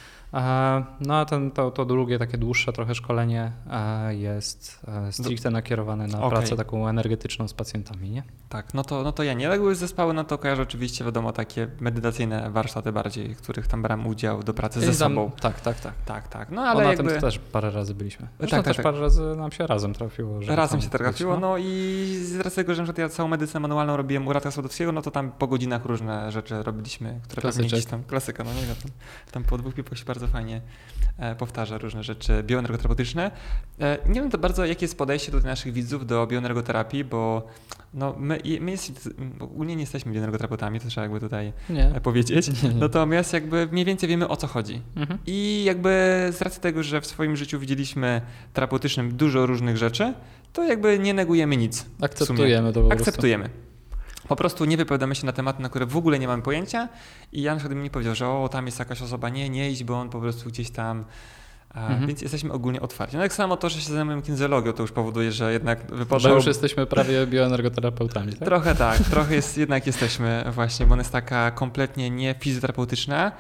No a ten, to, to drugie, takie dłuższe trochę szkolenie jest stricte nakierowane na okay. pracę taką energetyczną z pacjentami, nie? Tak, no to, no to ja nie. Jakby zespoły, no to kojarzę oczywiście, wiadomo, takie medytacyjne warsztaty bardziej, w których tam brałem udział do pracy ze tam, sobą. Tak, tak, tak. Tak, tak. No ale o, na jakby... tym też parę razy byliśmy. Zresztą tak, też tak, parę tak. razy nam się razem trafiło. Razem się trafiło, no. no i z racji tego, że ja całą medycynę manualną robiłem u Radka Słodowskiego, no to tam po godzinach różne rzeczy robiliśmy, które pewnie gdzieś tam, klasyka, no nie wiem, tam, tam po dwóch piwach się bardzo fajnie e, powtarza różne rzeczy bioenergoterapeutyczne. E, nie wiem to bardzo, jakie jest podejście do naszych widzów do bioenergoterapii, bo no my, my jest, ogólnie nie jesteśmy bioenergoterapeutami, to trzeba jakby tutaj nie. powiedzieć, nie, nie. Natomiast jakby mniej więcej wiemy, o co chodzi. Mhm. I jakby z racji tego, że w swoim życiu widzieliśmy terapeutycznym dużo różnych rzeczy, to jakby nie negujemy nic. Akceptujemy to po Akceptujemy. Po prostu nie wypowiadamy się na tematy, na które w ogóle nie mamy pojęcia i ja na przykład mi nie powiedział, że o, tam jest jakaś osoba, nie, nie idź, bo on po prostu gdzieś tam... Mhm. Więc jesteśmy ogólnie otwarci. No tak samo to, że się zajmujemy kinezjologią, to już powoduje, że jednak wypada... Bo już jesteśmy prawie bioenergoterapeutami, tak? Trochę tak, trochę jest, jednak jesteśmy właśnie, bo ona jest taka kompletnie nie fizjoterapeutyczna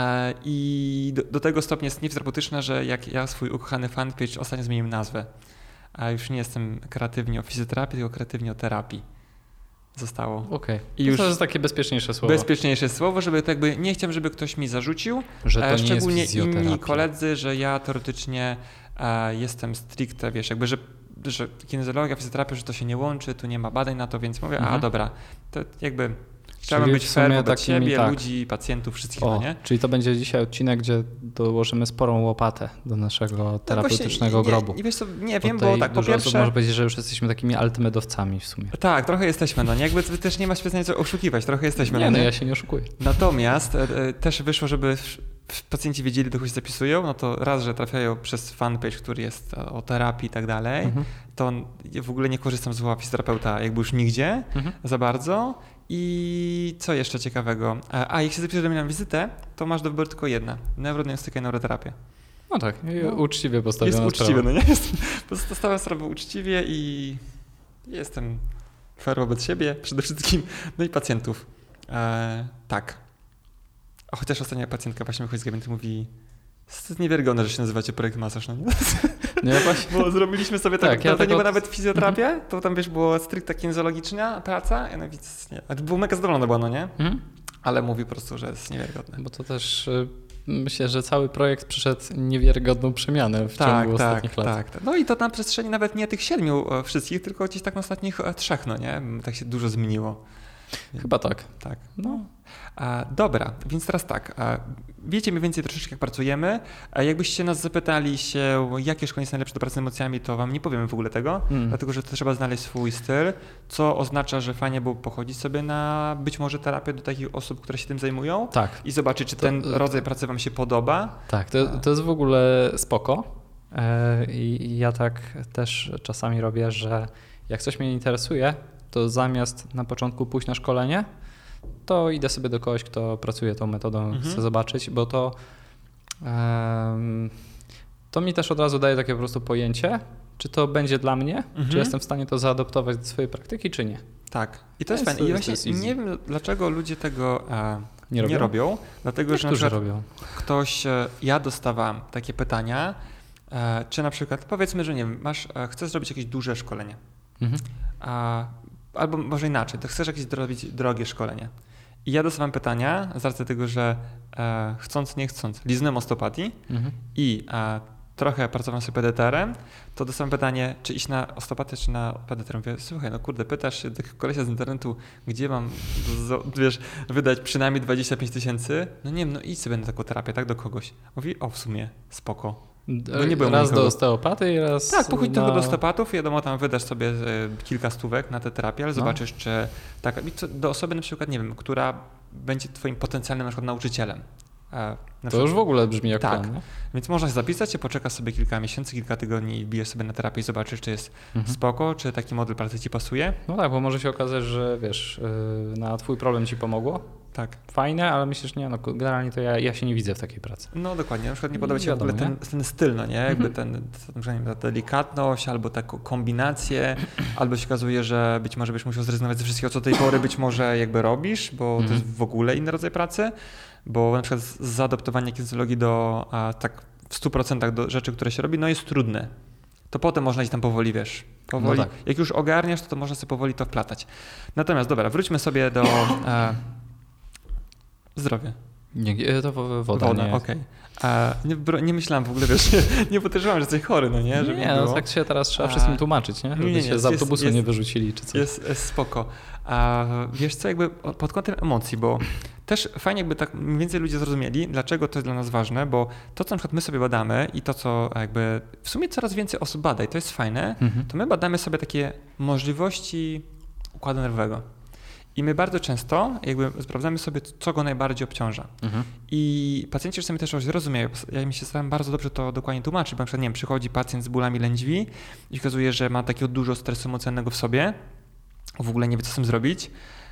i do, do tego stopnia jest niefizjoterapeutyczna, że jak ja swój ukochany fanpage ostatnio zmieniłem nazwę, a już nie jestem kreatywnie o fizjoterapii, tylko kreatywnie o terapii. Zostało. Okej. Okay. I już to jest takie bezpieczniejsze słowo. Bezpieczniejsze słowo, żeby tak jakby nie chciałem, żeby ktoś mi zarzucił, że to szczególnie nie jest inni koledzy, że ja teoretycznie e, jestem stricte, wiesz, jakby, że, że kinezjologia, fizjoterapia, że to się nie łączy, tu nie ma badań na to, więc mówię, mhm. a dobra, to jakby chciałbym być fair wobec siebie, tak. ludzi, pacjentów, wszystkich, o, no nie? Czyli to będzie dzisiaj odcinek, gdzie dołożymy sporą łopatę do naszego terapeutycznego no grobu. Nie, wiesz co, nie wiem, bo tak po pierwsze... Może powiedzieć, że już jesteśmy takimi altmedowcami w sumie. Tak, trochę jesteśmy, no nie? Jakby też nie ma specjalnie co oszukiwać, trochę jesteśmy. Nie, no, no nie? ja się nie oszukuję. Natomiast e, też wyszło, żeby pacjenci wiedzieli, do kogo się zapisują, no to raz, że trafiają przez fanpage, który jest o terapii i tak dalej, mhm. to w ogóle nie korzystam z słowa fizjoterapeuta jakby już nigdzie mhm. za bardzo. I co jeszcze ciekawego? A jak się zapiszesz do mnie na wizytę, to masz do wyboru tylko jedna. Neurodiagnostyka i neuroterapię. No tak, no. uczciwie postawiona Jest uczciwie, no nie? Jest, postawiam sprawę uczciwie i jestem fair wobec siebie przede wszystkim, no i pacjentów. E, tak. A chociaż ostatnia pacjentka właśnie wychodzi z gabinetu mówi, To jest niewiarygodne, że się nazywacie projekt masaż, no nie? Nie, właśnie. Bo zrobiliśmy sobie tak, tak to, ja to tego... nie była nawet fizjoterapię, to tam wiesz, było stricte kinezologiczna praca, ja no widzisz, nie. A to był mega zadowolona była, no nie? Mhm. Ale mówi po prostu, że jest niewiarygodne. Bo to też myślę, że cały projekt przyszedł niewiarygodną przemianę w tak, ciągu tak, ostatnich lat. Tak, tak. No i to na przestrzeni nawet nie tych siedmiu wszystkich, tylko gdzieś tak na ostatnich trzech, no nie? Tak się dużo zmieniło. Chyba tak. Tak. No. A, dobra, więc teraz tak. A, wiecie mniej więcej troszeczkę jak pracujemy. A jakbyście nas zapytali się, jakie szkolenie jest najlepsze do pracy z emocjami, to wam nie powiemy w ogóle tego, mm. dlatego że to trzeba znaleźć swój styl, co oznacza, że fajnie było pochodzić sobie na być może terapię do takich osób, które się tym zajmują tak. i zobaczyć, czy to, ten rodzaj pracy wam się podoba. Tak, to, to jest w ogóle spoko. I ja tak też czasami robię, że jak coś mnie interesuje, to zamiast na początku pójść na szkolenie, to idę sobie do kogoś, kto pracuje tą metodą, mhm. chcę zobaczyć, bo to um, to mi też od razu daje takie po prostu pojęcie, czy to będzie dla mnie, mhm. czy jestem w stanie to zaadoptować do swojej praktyki, czy nie. Tak. I to jest fajne. I właśnie nie wiem, dlaczego ludzie tego e, nie, robią? nie robią, dlatego Jak że na przykład robią? ktoś, ja dostawałem takie pytania, e, czy na przykład powiedzmy, że nie wiem, masz, e, chcesz zrobić jakieś duże szkolenie, mhm. a albo może inaczej, to chcesz jakieś zrobić drogie szkolenie. I ja dostawałem pytania z racji tego, że e, chcąc, nie chcąc, liznąłem osteopatii mhm. i e, trochę pracowałem sobie pedyterem, to dostałem pytanie, czy iść na osteopatię, czy na pedyterem. Mówię, słuchaj, no kurde, pytasz się tego kolesia z internetu, gdzie mam, wiesz, wydać przynajmniej dwadzieścia pięć tysięcy? No nie wiem, no idź sobie na taką terapię, tak, do kogoś. Mówi, o w sumie, spoko. Bo nie było raz do osteopaty i raz Tak, pochodź na... tylko do osteopatów, wiadomo, tam wydasz sobie kilka stówek na tę terapię, ale no. zobaczysz, czy tak, do osoby na przykład, nie wiem, która będzie twoim potencjalnym na przykład nauczycielem. Na to przykład, już w ogóle brzmi jak tak. plan, nie? Więc można się zapisać, się poczekasz sobie kilka miesięcy, kilka tygodni i bijesz sobie na terapię i zobaczysz, czy jest mhm. spoko, czy taki model pracy ci pasuje. No tak, bo może się okazać, że wiesz, na twój problem ci pomogło. Tak. Fajne, ale myślisz, nie, no generalnie to ja, ja się nie widzę w takiej pracy. No dokładnie, na przykład nie podoba ci się w ogóle ten, ten styl, no nie? Jakby ten, ten, ta delikatność albo taką kombinację, albo się okazuje, że być może byś musiał zrezygnować ze wszystkiego, co do tej pory być może jakby robisz, bo mm-hmm. to jest w ogóle inny rodzaj pracy, bo na przykład zaadoptowanie kinezjologii do a, tak w stu procentach do rzeczy, które się robi, no jest trudne. To potem można iść tam powoli, wiesz, powoli. No tak. Jak już ogarniasz, to, to można sobie powoli to wplatać. Natomiast dobra, wróćmy sobie do... A, zdrowie. Nie, to woda, woda okej. Okay. Nie, nie myślałem w ogóle, wiesz, nie, nie podejrzewałem, że jesteś chory, no nie? Żeby nie, no tak się teraz trzeba wszystkim tłumaczyć, nie? Żeby nie, nie, się z autobusu jest, nie wyrzucili czy coś. Jest, jest spoko. A wiesz co, jakby pod kątem emocji, bo też fajnie jakby tak mniej więcej ludzie zrozumieli, dlaczego to jest dla nas ważne, bo to, co na przykład my sobie badamy i to, co jakby w sumie coraz więcej osób bada i to jest fajne, mhm. to my badamy sobie takie możliwości układu nerwowego. I my bardzo często jakby sprawdzamy sobie, co go najbardziej obciąża. Mhm. I pacjenci czasami też rozumieją. Ja mi się staram bardzo dobrze to dokładnie tłumaczyć, bo na przykład, nie wiem, przychodzi pacjent z bólami lędźwi i okazuje, że ma takiego dużo stresu emocjonalnego w sobie, w ogóle nie wie, co z tym zrobić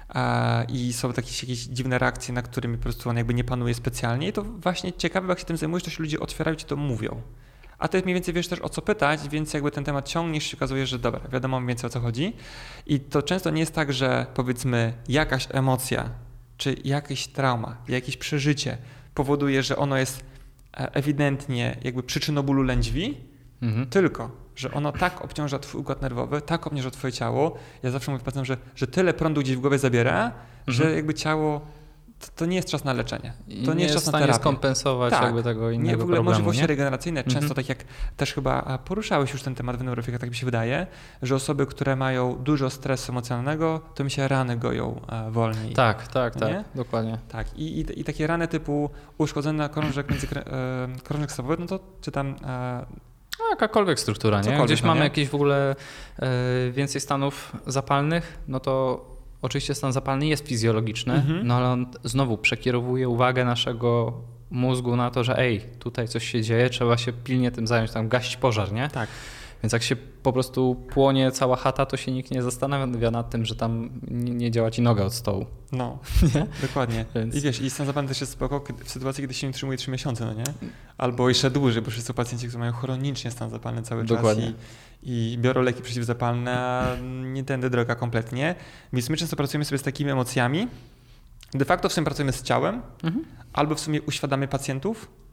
i są takie jakieś dziwne reakcje, na którymi po prostu on jakby nie panuje specjalnie i to właśnie ciekawe, jak się tym zajmujesz, to się ludzie otwierają i ci to mówią. A ty mniej więcej wiesz też, o co pytać, więc jakby ten temat ciągniesz, się okazuje, że dobra, wiadomo mniej więcej, o co chodzi. I to często nie jest tak, że powiedzmy jakaś emocja, czy jakaś trauma, jakieś przeżycie powoduje, że ono jest ewidentnie jakby przyczyną bólu lędźwi, mhm. tylko, że ono tak obciąża twój układ nerwowy, tak obniża twoje ciało. Ja zawsze mówię pacjentom, że, że tyle prądu gdzieś w głowie zabiera, mhm. że jakby ciało To, to nie jest czas na leczenie. To nie, nie jest czas w stanie na terapię. Skompensować tak. jakby tego innego nie, w ogóle problemu, możliwości nie? regeneracyjne. Często mm-hmm. tak jak też chyba poruszałeś już ten temat w neurofilach, tak mi się wydaje, że osoby, które mają dużo stresu emocjonalnego, to mi się rany goją e, wolniej. Tak, tak, tak, nie? dokładnie. Tak. I, i, i takie rany typu uszkodzony krążek między e, krążek stawowy, no to czy tam e, no, jakakolwiek struktura, nie? Gdzieś no, mamy nie? jakieś w ogóle e, więcej stanów zapalnych, no to oczywiście stan zapalny jest fizjologiczny, mm-hmm. no ale on znowu przekierowuje uwagę naszego mózgu na to, że ej, tutaj coś się dzieje, trzeba się pilnie tym zająć, tam gasić pożar, nie? Tak. Więc jak się po prostu płonie cała chata, to się nikt nie zastanawia nad tym, że tam nie, nie działa ci noga od stołu. No, nie? Dokładnie. Więc... I wiesz, i stan zapalny też jest spoko w sytuacji, kiedy się nie utrzymuje trzy miesiące, no nie? Albo jeszcze dłużej, bo wszyscy są pacjenci, którzy mają chronicznie stan zapalny cały Dokładnie. czas i, i biorą leki przeciwzapalne, a nie tędy droga kompletnie. Więc my często pracujemy sobie z takimi emocjami. De facto w sumie pracujemy z ciałem, mhm. albo w sumie uświadamy pacjentów,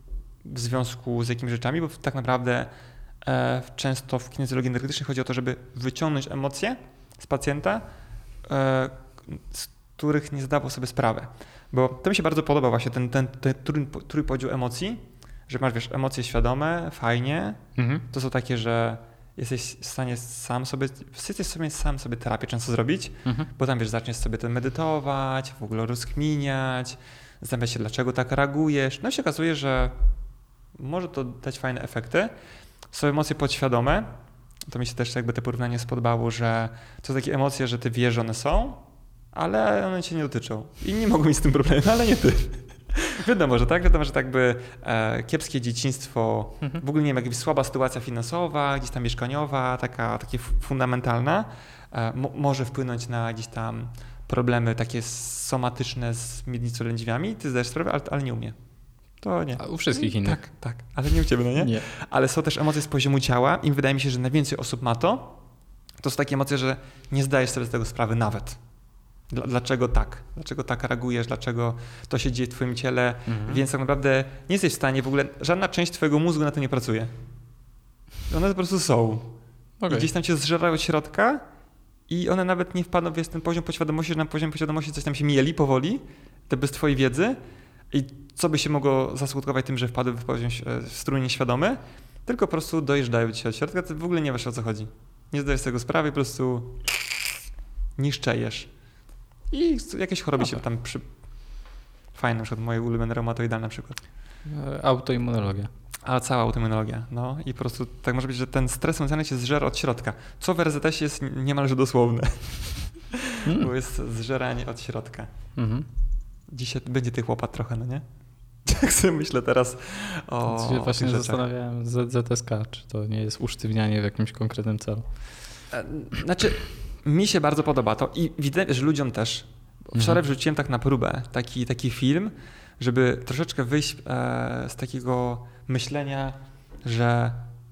w związku z jakimiś rzeczami, bo tak naprawdę e, często w kinezjologii energetycznej chodzi o to, żeby wyciągnąć emocje z pacjenta, e, z których nie zdawał sobie sprawy. Bo to mi się bardzo podoba właśnie ten, ten, ten trójpodział emocji, że masz, wiesz, emocje świadome, fajnie, mhm. to są takie, że jesteś w stanie sam sobie, jesteś w stanie sam sobie terapię często zrobić, mhm. bo tam, wiesz, zaczniesz sobie to medytować, w ogóle rozkminiać, zastanawiać się, dlaczego tak reagujesz. No i się okazuje, że może to dać fajne efekty. Są emocje podświadome, to mi się też jakby to porównanie spodobało, że to są takie emocje, że ty wiesz, że one są, ale one cię nie dotyczą. Inni mogą mieć z tym problemy, ale nie ty. Wiadomo, że tak, wiadomo, że tak by e, kiepskie dzieciństwo, mhm. w ogóle nie wiem, jakaś słaba sytuacja finansowa, gdzieś tam mieszkaniowa, taka takie fundamentalna, e, mo, może wpłynąć na gdzieś tam problemy takie somatyczne z miednicą lędźwiami. Ty zdajesz sprawę, ale, ale nie umie. To nie. A u wszystkich innych. Tak, tak, ale nie u ciebie, no nie? Nie. Ale są też emocje z poziomu ciała i wydaje mi się, że najwięcej osób ma to. To są takie emocje, że nie zdajesz sobie z tego sprawy nawet. Dlaczego tak? Dlaczego tak reagujesz? Dlaczego to się dzieje w twoim ciele? Mhm. Więc tak naprawdę nie jesteś w stanie, w ogóle żadna część twojego mózgu na to nie pracuje. One po prostu są. Okay. I gdzieś tam cię zżerają od środka i one nawet nie wpadną w ten poziom podświadomości, że na poziom podświadomości coś tam się mieli powoli, to bez twojej wiedzy. I co by się mogło zaskutkować tym, że wpadły w poziom w strój nieświadomy, tylko po prostu dojeżdżają ci się od środka, ty w ogóle nie wiesz, o co chodzi. Nie zdajesz z tego sprawy, po prostu niszczejesz. I jakieś choroby się tam przy... Fajne, na przykład moje ulubione reumatoidalne na przykład. Autoimmunologia. A cała autoimmunologia, no i po prostu tak może być, że ten stres emocjonalny się zżera od środka, co w R Z S-ie jest niemalże dosłowne, mm. bo jest zżeranie od środka. Mm-hmm. Dzisiaj będzie tych łopat trochę, no nie? Jak sobie myślę teraz o się właśnie zastanawiałem z Z S K, czy to nie jest usztywnianie w jakimś konkretnym celu. Znaczy, mi się bardzo podoba to i widzę, że ludziom też. Wczoraj mhm. wrzuciłem tak na próbę taki, taki film, żeby troszeczkę wyjść e, z takiego myślenia, że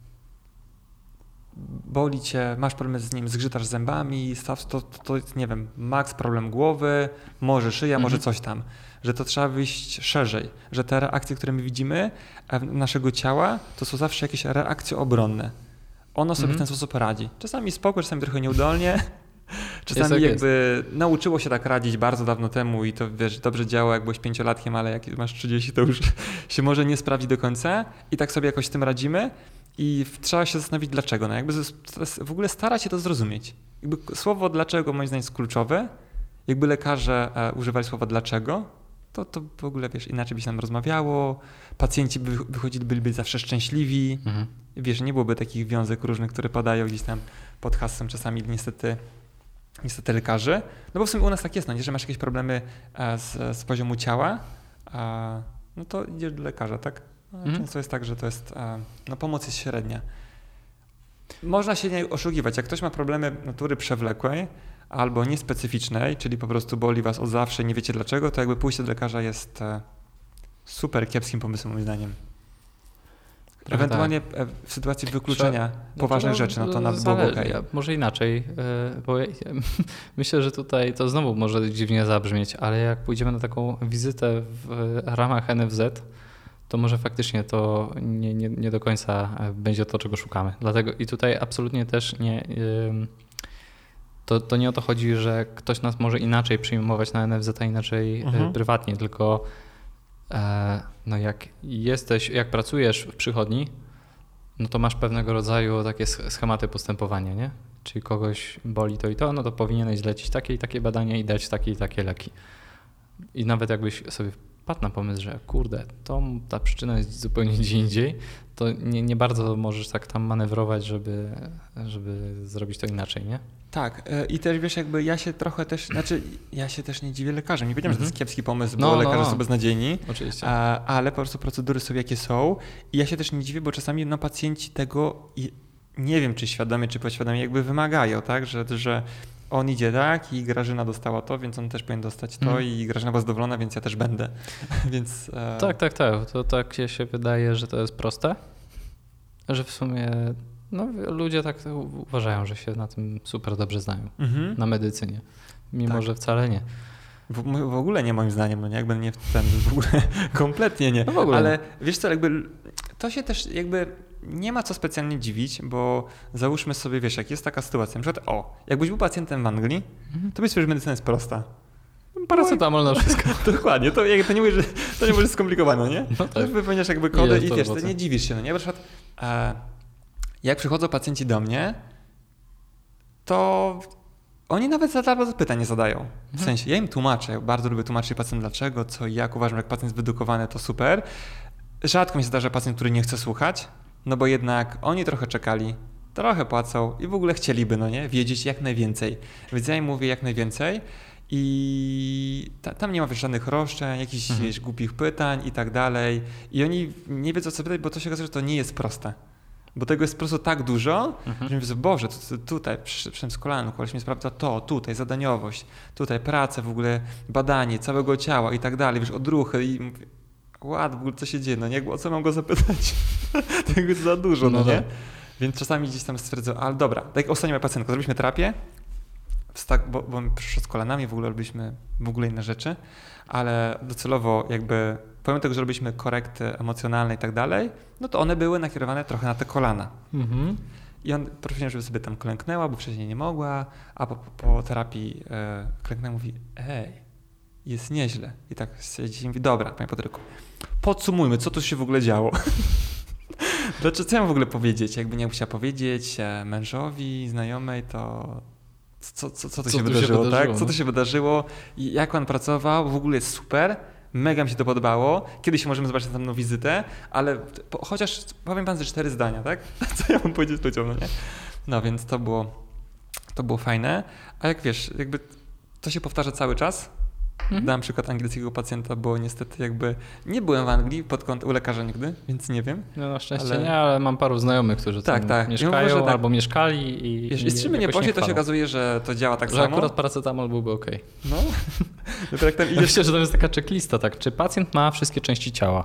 boli cię, masz problemy z nim, zgrzytasz zębami, staw, to, to, to jest, nie wiem, max problem głowy, może szyja, mhm. może coś tam. Że to trzeba wyjść szerzej, że te reakcje, które my widzimy naszego ciała, to są zawsze jakieś reakcje obronne. Ono sobie mhm. w ten sposób radzi. Czasami spoko, czasami trochę nieudolnie. Czasami jest, jakby jest. Nauczyło się tak radzić bardzo dawno temu i to, wiesz, dobrze działa, jak byłeś pięciolatkiem, ale jak masz trzydzieści, to już się może nie sprawdzi do końca i tak sobie jakoś z tym radzimy i trzeba się zastanowić dlaczego. No jakby w ogóle starać się to zrozumieć. Jakby słowo dlaczego moim zdaniem jest kluczowe. Jakby lekarze e, używali słowa dlaczego, to, to w ogóle, wiesz, inaczej by się nam rozmawiało, pacjenci by wychodzili, byliby zawsze szczęśliwi. Mhm. Wiesz, nie byłoby takich wiązek różnych, które padają gdzieś tam pod hasłem czasami niestety niestety lekarzy, no bo w sumie u nas tak jest, no nie, że masz jakieś problemy z, z poziomu ciała, a, no to idziesz do lekarza, tak? Mm. Często jest tak, że to jest, a, no pomoc jest średnia. Można się nie oszukiwać, jak ktoś ma problemy natury przewlekłej albo niespecyficznej, czyli po prostu boli was od zawsze i nie wiecie dlaczego, to jakby pójście do lekarza jest super kiepskim pomysłem moim zdaniem. Trochę ewentualnie tak. w sytuacji wykluczenia Trze- poważnych no to, rzeczy, no to na było okej. Ja, może inaczej, bo ja, myślę, że tutaj to znowu może dziwnie zabrzmieć, ale jak pójdziemy na taką wizytę w ramach N F Z, to może faktycznie to nie, nie, nie do końca będzie to, czego szukamy. Dlatego i tutaj absolutnie też nie... To, to nie o to chodzi, że ktoś nas może inaczej przyjmować na N F Z, a inaczej mhm. prywatnie, tylko no jak jesteś, jak pracujesz w przychodni, no to masz pewnego rodzaju takie schematy postępowania, nie? Czyli kogoś boli to i to, no to powinieneś zlecić takie i takie badania i dać takie i takie leki. I nawet jakbyś sobie wpadł na pomysł, że kurde, to ta przyczyna jest zupełnie gdzie indziej, to nie, nie bardzo możesz tak tam manewrować, żeby, żeby zrobić to inaczej, nie? Tak, i też wiesz, jakby ja się trochę też, znaczy ja się też nie dziwię lekarzom. Nie wiedziałem, mm-hmm. że to jest kiepski pomysł, bo no, lekarze no, no. są beznadziejni. Oczywiście. A, ale po prostu procedury są jakie są i ja się też nie dziwię, bo czasami no, pacjenci tego nie wiem, czy świadomie, czy podświadomie jakby wymagają, tak, że, że on idzie tak i Grażyna dostała to, więc on też powinien dostać to mm. i Grażyna była zadowolona, więc ja też będę. więc, e... Tak, tak, tak. To tak się wydaje, że to jest proste, że w sumie no, ludzie tak uważają, że się na tym super dobrze znają, mm-hmm. na medycynie, mimo tak. że wcale nie. W, w ogóle nie moim zdaniem, no nie, jakby nie w ten, w ogóle kompletnie nie. No w ogóle. Ale wiesz co, jakby to się też jakby nie ma co specjalnie dziwić, bo załóżmy sobie, wiesz, jak jest taka sytuacja, na przykład o, jakbyś był pacjentem w Anglii, to byś sobie, że medycyna jest prosta. Paracetamol na wszystko. Dokładnie, to, jak, to nie może, to nie może skomplikowane, nie? No tak. Wypełniasz jakby kody Jest i to wiesz, to owoce. nie dziwisz się, no nie? Na przykład e, jak przychodzą pacjenci do mnie, to oni nawet za darmo pytań nie zadają. W sensie, ja im tłumaczę, bardzo lubię tłumaczyć pacjent dlaczego, co i jak, uważam, że jak pacjent jest wydukowany, to super. Rzadko mi się zdarza pacjent, który nie chce słuchać, no bo jednak oni trochę czekali, trochę płacą i w ogóle chcieliby, no nie, wiedzieć jak najwięcej. Więc ja im mówię jak najwięcej i ta, tam nie ma żadnych roszczeń, jakichś mhm. głupich pytań i tak dalej. I oni nie wiedzą co pytać, bo to się okazuje, że to nie jest proste. Bo tego jest po prostu tak dużo, mhm. że mówię, Boże, to, to, tutaj przy, przy tym kolanku, koleś mnie sprawdza to, tutaj zadaniowość, tutaj pracę w ogóle, badanie całego ciała i tak dalej, wiesz, odruchy i mówię, ład, w ogóle co się dzieje, no nie, o co mam go zapytać? Tego jest za dużo, no, no nie? Więc czasami gdzieś tam stwierdzą, ale dobra, tak jak ostatnio moja pacjentka, zrobiliśmy terapię, bo, bo przyszło z kolanami, w ogóle robiliśmy w ogóle inne rzeczy, ale docelowo jakby, pomimo tego, że robiliśmy korekty emocjonalne i tak dalej, no to one były nakierowane trochę na te kolana. Mhm. I on prosił, żeby sobie tam klęknęła, bo wcześniej nie mogła, a po, po terapii e, klęknęła i mówi, ej, jest nieźle. I tak siedzi i mówi, dobra, panie Patryku, podsumujmy, co tu się w ogóle działo. Dlaczego, co ja mam w ogóle powiedzieć? Jakby nie musiała powiedzieć mężowi, znajomej, to co, co, co tu co się, tu wydarzyło, się wydarzyło, tak? Co tu się wydarzyło i jak on pracował, w ogóle jest super, mega mi się to podobało, kiedyś możemy zobaczyć na tamtą wizytę, ale po, chociaż powiem pan ze cztery zdania, tak? Co ja mam powiedzieć ludziom, no nie? No więc to było, to było fajne, a jak wiesz, jakby to się powtarza cały czas. Mhm. Dałem przykład angielskiego pacjenta, bo niestety jakby nie byłem w Anglii pod kątem u lekarza nigdy, więc nie wiem. No na szczęście ale... nie, ale mam paru znajomych, którzy tak, tam tak. mieszkają ja mówię, tak. albo mieszkali i Wiesz, i z czym nie poszli, to się okazuje, że to działa tak że samo. Że akurat paracetamol byłby okej. Okay. No. no jak tam idziesz... Myślę, że to jest taka checklista, tak? Czy pacjent ma wszystkie części ciała?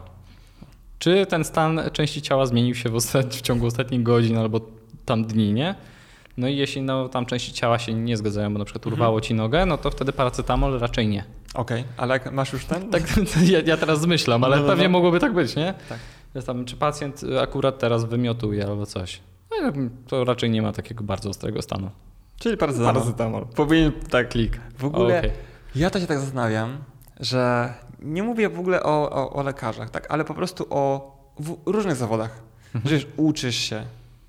Czy ten stan części ciała zmienił się w, ostat... w ciągu ostatnich godzin albo tam dni, nie? No i jeśli no, tam części ciała się nie zgadzają, bo na przykład urwało ci nogę, no to wtedy paracetamol raczej nie. Okej, okay. Ale jak masz już ten? Tak, ja, ja teraz zmyślam, ale no, no, pewnie no. mogłoby tak być, nie? Tak. Jest tam, czy pacjent akurat teraz wymiotuje albo coś. No to raczej nie ma takiego bardzo ostrego stanu. Czyli paracetamol. Paracetamol. Powinien, tak. Klik. W ogóle okay. ja to się tak zastanawiam, że nie mówię w ogóle o, o, o lekarzach, tak, ale po prostu o w różnych zawodach. Mhm. Że wiesz, uczysz się.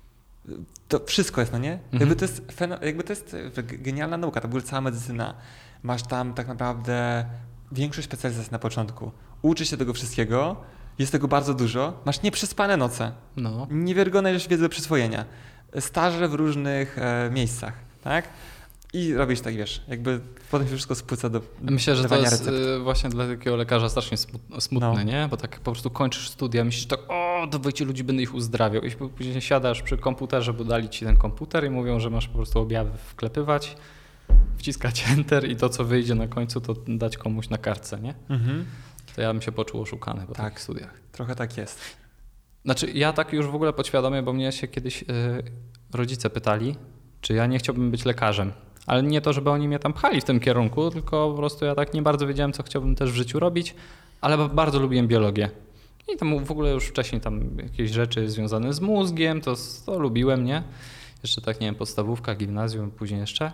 To wszystko jest, no nie? Mhm. Jakby, to jest feno, jakby to jest genialna nauka, to była cała medycyna. Masz tam tak naprawdę większość specjalizacji na początku. Uczysz się tego wszystkiego, jest tego bardzo dużo, masz nieprzespane noce, no. niewiarygodne ilość wiedzy do przyswojenia, staże w różnych e, miejscach, tak? I robisz tak, wiesz, jakby potem się wszystko spłyca do Myślę, że to jest recept. właśnie dla takiego lekarza strasznie smutne, no. nie? Bo tak po prostu kończysz studia, myślisz tak, o, dawajcie ludzi, będę ich uzdrawiał. I później siadasz przy komputerze, bo dali ci ten komputer i mówią, że masz po prostu objawy wklepywać, wciskać enter i to, co wyjdzie na końcu, to dać komuś na kartce, nie? Mhm. To ja bym się poczuł oszukany po tak, takich studiach. Trochę tak jest. Znaczy ja tak już w ogóle podświadomie, bo mnie się kiedyś yy, rodzice pytali, czy ja nie chciałbym być lekarzem. Ale nie to, żeby oni mnie tam pchali w tym kierunku, tylko po prostu ja tak nie bardzo wiedziałem, co chciałbym też w życiu robić, ale bardzo lubiłem biologię. I tam w ogóle już wcześniej tam jakieś rzeczy związane z mózgiem, to, to lubiłem, nie? Jeszcze tak, nie wiem, podstawówka, gimnazjum, później jeszcze.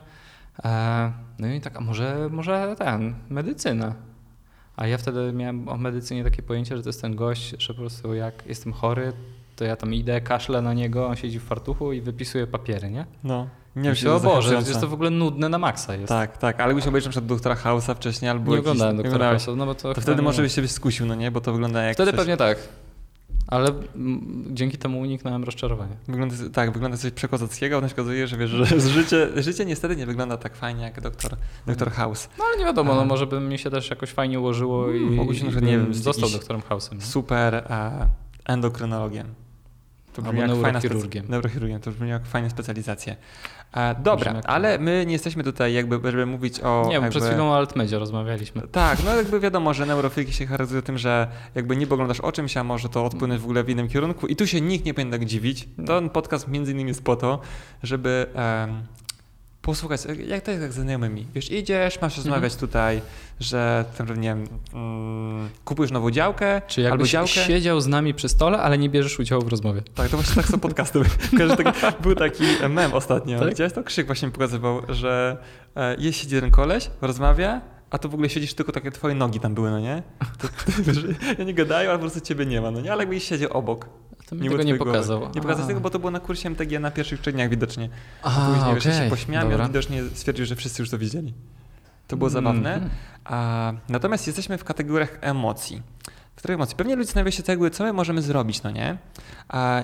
E, no i tak, a może, może ten, medycyna. A ja wtedy miałem o medycynie takie pojęcie, że to jest ten gość, że po prostu jak jestem chory, to ja tam idę, kaszlę na niego, on siedzi w fartuchu i wypisuje papiery, nie? No. Nie wiem, o Boże, jest to w ogóle nudne na maksa jest. Tak, tak, ale musiał obejrzeć na przykład doktora House'a wcześniej albo nie jakiś... oglądałem doktora House'a, no bo to... To wtedy może byś się byś skusił, no nie? Bo to wygląda jak Wtedy coś... pewnie tak, ale m, dzięki temu uniknąłem rozczarowania. Wygląda, tak, wygląda coś przekozackiego, a on się okazuje, że wiesz, że życie, życie niestety nie wygląda tak fajnie jak doktor, doktor House. No ale nie wiadomo, a... no może by mi się też jakoś fajnie ułożyło i Mógł się, nie wiem, został doktorem House'em. Super e, endokrynologiem. To brzmi jak neurochirurgiem. Neurochirurgiem, to brzmi jak fajne specjalizacje. E, dobra, ale my nie jesteśmy tutaj jakby, żeby mówić o... Nie, jakby... przed chwilą o Altmedzie rozmawialiśmy. Tak, no jakby wiadomo, że neurofilki się charakteryzują tym, że jakby nie oglądasz o czymś, a może to odpłynąć w ogóle w innym kierunku i tu się nikt nie powinien tak dziwić. Ten podcast między innymi jest po to, żeby um, posłuchać, jak to jest jak ze znajomymi. Wiesz, idziesz, masz rozmawiać mhm. tutaj, że tam, nie wiem, mm, kupujesz nową działkę, czy jakbyś albo działkę. Siedział z nami przy stole, ale nie bierzesz udziału w rozmowie. Tak, to właśnie tak są podcasty. taki, był taki mem ostatnio, tak? Gdzie to Krzyk właśnie mi pokazywał, że e, jest siedzi jeden koleś, rozmawia, a to w ogóle siedzisz tylko takie twoje nogi tam były, no nie? To, to, że ja nie gadają, ale po prostu ciebie nie ma, no nie? Ale jakbyś siedział obok. To mi nie tego nie pokazał. Nie pokazał tego, bo to było na kursie M T G na pierwszych trzech dniach widocznie. A, a później okay. wiesz, się pośmiałem i on widocznie stwierdził, że wszyscy już to widzieli. To było mm. zabawne. A, natomiast jesteśmy w kategoriach emocji. W kategoriach emocji. Pewnie ludzie zastanawiają się, co, jakby, co my możemy zrobić, no nie? A,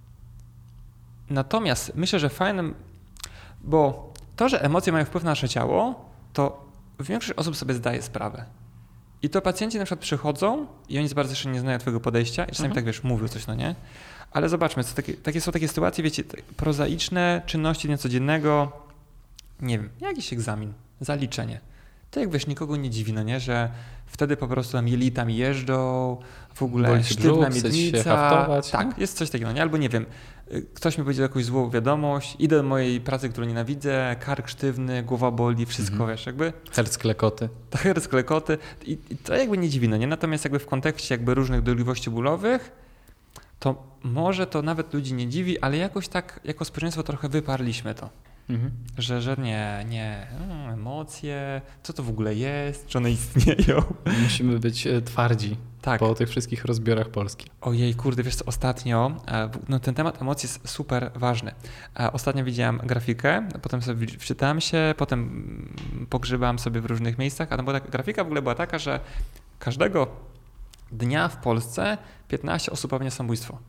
natomiast myślę, że fajnym, bo to, że emocje mają wpływ na nasze ciało, to większość osób sobie zdaje sprawę. I to pacjenci na przykład przychodzą i oni bardzo jeszcze nie znają twojego podejścia i czasami mhm. tak, wiesz, mówią coś, no nie? Ale zobaczmy, co takie, takie są takie sytuacje, wiecie, prozaiczne czynności dnia codziennego, nie wiem, jakiś egzamin, zaliczenie. To jak wiesz, nikogo nie dziwi, no nie, że wtedy po prostu tam jelita mi jeżdżą, w ogóle sztywna miednica. Tak, jest coś takiego, nie? Albo nie wiem, ktoś mi powiedział jakąś złą wiadomość, idę do mojej pracy, którą nienawidzę, kark sztywny, głowa boli, wszystko, mhm. wiesz, jakby. Herc klekoty. Tak, herc klekoty. I, I to jakby nie dziwi, no nie? Natomiast jakby w kontekście jakby różnych dolegliwości bólowych, to może to nawet ludzi nie dziwi, ale jakoś tak jako społeczeństwo trochę wyparliśmy to. Mhm. Że, że nie, nie, mm, emocje, co to w ogóle jest, czy one istnieją. Musimy być twardzi tak. po tych wszystkich rozbiorach Polski. Ojej, kurde, wiesz co, ostatnio, no ten temat emocji jest super ważny. Ostatnio widziałem grafikę, potem sobie wczytałem się, potem pogrzebałem sobie w różnych miejscach, a tam była taka, grafika w ogóle była taka, że każdego dnia w Polsce piętnaście osób popełnia samobójstwo.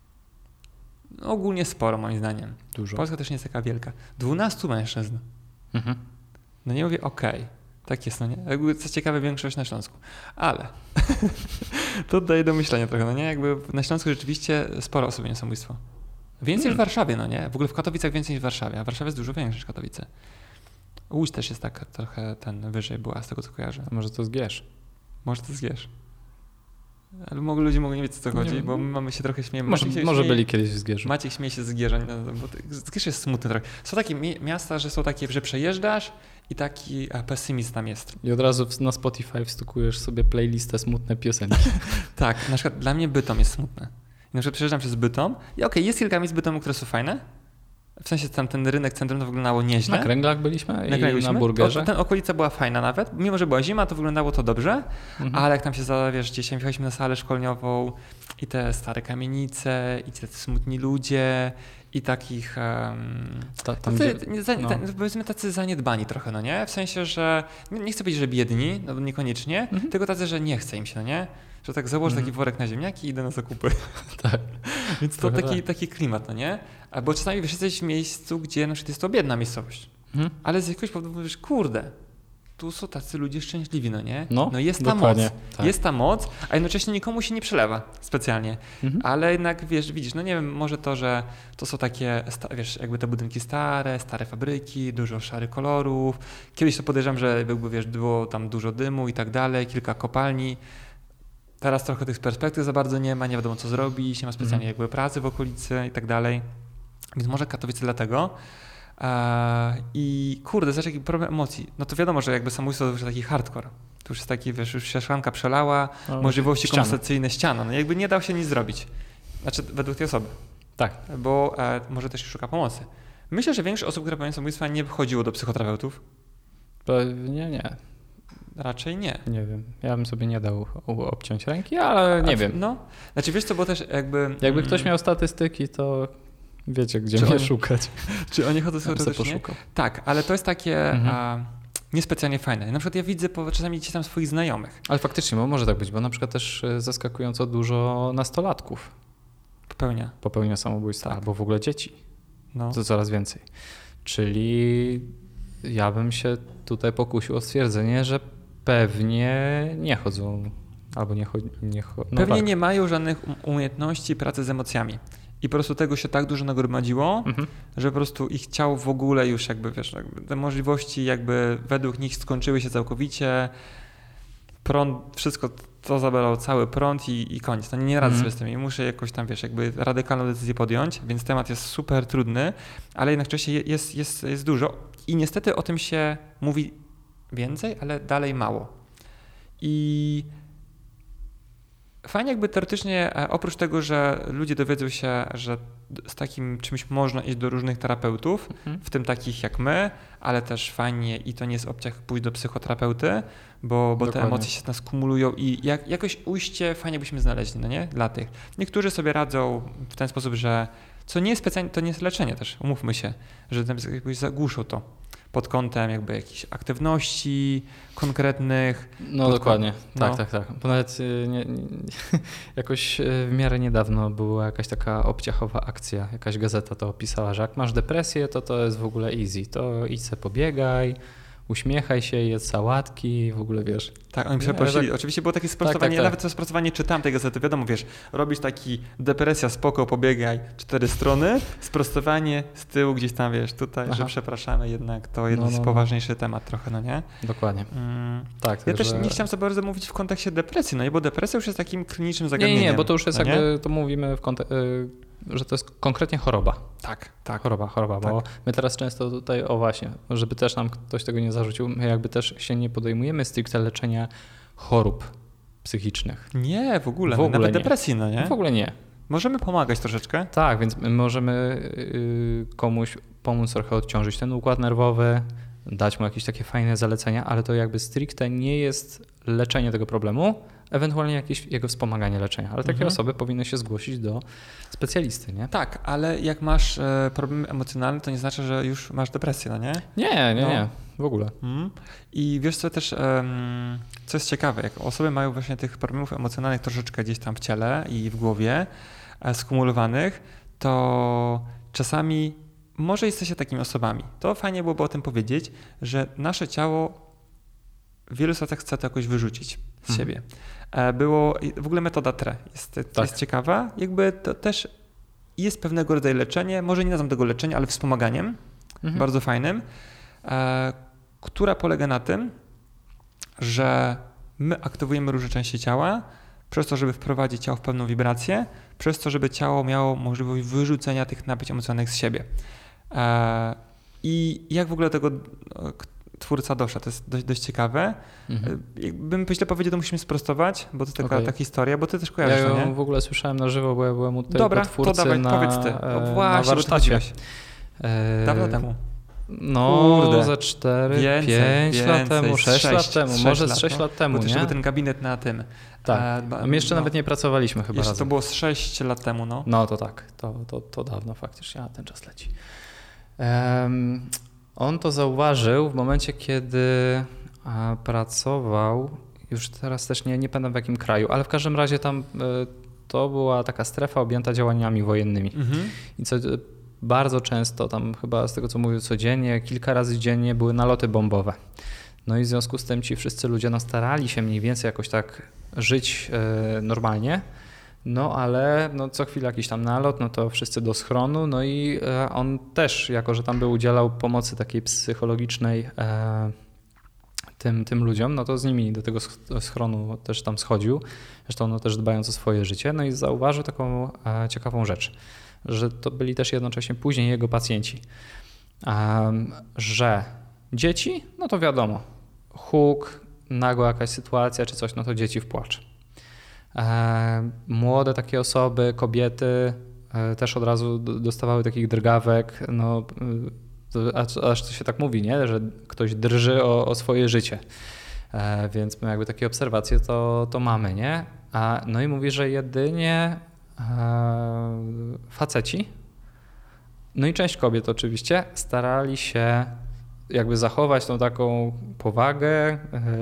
No, ogólnie sporo moim zdaniem. Dużo. Polska też nie jest taka wielka. dwunastu mężczyzn. Mhm. No nie mówię okej. Okay. Tak jest, no nie? Jakby, co ciekawe, większość na Śląsku. Ale to daje do myślenia trochę, no nie? Jakby na Śląsku rzeczywiście sporo osób nie samobójstwo. Więcej hmm. niż w Warszawie, no nie? W ogóle w Katowicach więcej niż w Warszawie, a Warszawa jest dużo większa niż Katowice. Łódź też jest taka trochę ten wyżej była, z tego co kojarzę. A może to Zgierz? Może to Zgierz. Ale mogą, ludzie mogą nie wiedzieć, o co chodzi, bo my mamy się trochę śmiejemy. Może, się może śmieje, byli kiedyś w Zgierzu. Maciek śmieje się z Zgierza, bo Zgierz jest smutny trochę. Są takie mi- miasta, że są takie, że przejeżdżasz i taki pesymizm tam jest. I od razu na Spotify wstukujesz sobie playlistę smutne piosenki. Tak, na przykład dla mnie Bytom jest smutne. I na przykład przejeżdżam przez Bytom i okej, okay, jest kilka miejsc Bytomu, które są fajne. W sensie tam ten rynek centrum to wyglądało nieźle. Na Kręglach byliśmy na i byliśmy. na Burgerze. O, ten okolica była fajna nawet. Mimo, że była zima, to wyglądało to dobrze, mhm. ale jak tam się zawiesz, gdzieś wjechaliśmy na salę szkoleniową i te stare kamienice, i te smutni ludzie, i takich um, Ta, tam, tacy, gdzie, za, no. ta, powiedzmy tacy zaniedbani trochę, no nie? W sensie, że nie, nie chcę powiedzieć, że biedni, no niekoniecznie, mhm. tylko tacy, że nie chce im się, no nie? Że tak założę mhm. taki worek na ziemniaki i idę na zakupy. Tak. Więc to taki, tak. taki klimat, no nie? Bo czasami wiesz, jesteś w miejscu, gdzie na przykład jest to biedna miejscowość, mhm. ale z jakiegoś powodu mówisz, kurde, tu są tacy ludzie szczęśliwi, no nie? No, no jest ta dokładnie. moc, Tak. jest ta moc, a jednocześnie nikomu się nie przelewa specjalnie. Mhm. Ale jednak wiesz, widzisz, no nie wiem, może to, że to są takie, wiesz, jakby te budynki stare, stare fabryki, dużo szarych kolorów. Kiedyś to podejrzewam, że jakby, wiesz, było tam dużo dymu i tak dalej, kilka kopalni. Teraz trochę tych perspektyw za bardzo nie ma, nie wiadomo co zrobić, nie ma specjalnie jakby pracy w okolicy i tak dalej. Więc może Katowice dlatego. Eee, I kurde, zobacz jaki problem emocji. No to wiadomo, że jakby samobójstwo to już taki hardcore. To już jest taki, wiesz, już się szklanka przelała, no, możliwości ściana. kompensacyjne, ściana. No jakby nie dał się nic zrobić. Znaczy według tej osoby. Tak. Bo e, może też szuka pomocy. Myślę, że większość osób, które popełniają samobójstwa, nie chodziło do psychoterapeutów. Pewnie nie. Raczej nie. Nie wiem. Ja bym sobie nie dał obciąć ręki, ale nie A, wiem. No, znaczy wiesz co, bo też jakby... Jakby mm, ktoś miał statystyki, to wiecie, gdzie mnie oni, szukać. Czy oni chodzą teoretycznie? Tak, ale to jest takie mhm. a, niespecjalnie fajne. Na przykład ja widzę po, czasami gdzieś tam swoich znajomych. Ale faktycznie, bo może tak być, bo na przykład też zaskakująco dużo nastolatków popełnia. Popełnia samobójstwa, tak. albo w ogóle dzieci. No. To coraz więcej. Czyli ja bym się tutaj pokusił o stwierdzenie, że pewnie nie chodzą, albo nie chodzą. Nie cho- no pewnie tak. nie mają żadnych umiejętności pracy z emocjami. I po prostu tego się tak dużo nagromadziło, mhm. że po prostu ich ciało w ogóle już jakby, wiesz, jakby te możliwości jakby według nich skończyły się całkowicie. Prąd, wszystko to zabrał cały prąd i, i koniec. No nie, nie radzę mhm. sobie z tym i muszę jakoś tam, wiesz, jakby radykalną decyzję podjąć, więc temat jest super trudny, ale jednocześnie jest, jest, jest dużo. I niestety o tym się mówi więcej, ale dalej mało. I fajnie jakby teoretycznie, oprócz tego, że ludzie dowiedzą się, że z takim czymś można iść do różnych terapeutów, mhm. w tym takich jak my, ale też fajnie i to nie jest obciach pójść do psychoterapeuty, bo, bo te emocje się nas kumulują i jak, jakoś ujście fajnie byśmy znaleźli, no nie? Dla tych. Niektórzy sobie radzą w ten sposób, że co nie jest specjalnie, to nie jest leczenie też, umówmy się, że jakbyś zagłuszą to pod kątem jakby jakichś aktywności konkretnych. No dokładnie, kąt... tak, no. tak, tak. Bo nawet nie, nie, jakoś w miarę niedawno była jakaś taka obciachowa akcja, jakaś gazeta to opisała, że jak masz depresję, to to jest w ogóle easy, to idź se pobiegaj, uśmiechaj się, jedz sałatki, w ogóle wiesz. Tak, oni przeprosili. Tak, oczywiście było takie sprostowanie, tak, tak, tak. Nawet to sprostowanie czytałem tej gazety, wiadomo, wiesz, robisz taki depresja, spoko, pobiegaj, cztery strony, sprostowanie z tyłu gdzieś tam, wiesz, tutaj, Aha. że przepraszamy, jednak to jest no, no, poważniejszy temat trochę, no nie? Dokładnie. Mm. Tak, ja też że... nie chciałem sobie bardzo mówić w kontekście depresji, no nie, bo depresja już jest takim klinicznym zagadnieniem. Nie, nie, bo to już jest no jakby, to mówimy w kontekście, że to jest konkretnie choroba. Tak, tak. Choroba, choroba, tak. Bo my teraz często tutaj, o właśnie, żeby też nam ktoś tego nie zarzucił, my jakby też się nie podejmujemy stricte leczenia chorób psychicznych. Nie, w ogóle, w ogóle nawet nie. Depresji, no nie? W ogóle nie. Możemy pomagać troszeczkę. Tak, więc my możemy komuś pomóc trochę odciążyć ten układ nerwowy, dać mu jakieś takie fajne zalecenia, ale to jakby stricte nie jest leczenie tego problemu, ewentualnie jakieś jego wspomaganie leczenia, ale takie mhm. osoby powinny się zgłosić do specjalisty, nie? Tak, ale jak masz e, problemy emocjonalne, to nie znaczy, że już masz depresję, no nie? Nie, nie, no. nie, w ogóle. Mhm. I wiesz co też, um, co jest ciekawe, jak osoby mają właśnie tych problemów emocjonalnych troszeczkę gdzieś tam w ciele i w głowie e, skumulowanych, to czasami może jesteście takimi osobami. To fajnie byłoby o tym powiedzieć, że nasze ciało w wielu sytuacjach chce to jakoś wyrzucić z mhm. siebie. Było, w ogóle metoda T R E jest, tak. jest ciekawa, jakby to też jest pewnego rodzaju leczenie, może nie nazywam tego leczeniem, ale wspomaganiem, mhm. bardzo fajnym, e, która polega na tym, że my aktywujemy różne części ciała, przez to, żeby wprowadzić ciało w pewną wibrację, przez to, żeby ciało miało możliwość wyrzucenia tych napięć emocjonalnych z siebie. E, I jak w ogóle tego twórca doszedł, to jest dość, dość ciekawe. Mhm. Jakbym źle powiedział, to musimy sprostować, bo to jest taka, okay. ta historia, bo ty też kojarzysz, ja to, nie? Ja w ogóle słyszałem na żywo, bo ja byłem u tej Dobra, twórcy to dawaj, na, powiedz ty. O, właśnie, na warsztacie. E... Dawno temu. No, Kurde. za cztery, więcej, pięć więcej, lat temu, sześć lat temu, sześć może lat, z sześć no. lat temu, bo nie? Bo ten gabinet na tym. Tak, a my jeszcze no. nawet nie pracowaliśmy chyba Jeszcze razem. to było z sześć lat temu, no. No to tak, to, to, to dawno faktycznie, a ten czas leci. Um, on to zauważył w momencie, kiedy a, pracował, już teraz też nie, nie pamiętam w jakim kraju, ale w każdym razie tam y, to była taka strefa objęta działaniami wojennymi. Mhm. I co bardzo często, tam chyba z tego co mówił codziennie, kilka razy dziennie były naloty bombowe. No i w związku z tym ci wszyscy ludzie no, starali się mniej więcej jakoś tak żyć y, normalnie, no ale no, co chwilę jakiś tam nalot, no to wszyscy do schronu, no i y, on też, jako że tam by udzielał pomocy takiej psychologicznej y, tym, tym ludziom, no to z nimi do tego schronu też tam schodził, zresztą no, też dbając o swoje życie, no i zauważył taką y, ciekawą rzecz, że to byli też jednocześnie później jego pacjenci, um, że dzieci, no to wiadomo, huk, nagła jakaś sytuacja czy coś, no to dzieci w płacz. E, młode takie osoby, kobiety e, też od razu dostawały takich drgawek, no to, aż, aż to się tak mówi, nie? Że ktoś drży o, o swoje życie. E, więc my jakby takie obserwacje to, to mamy, nie? A, no i mówi, że jedynie e, faceci, no i część kobiet oczywiście, starali się jakby zachować tą taką powagę,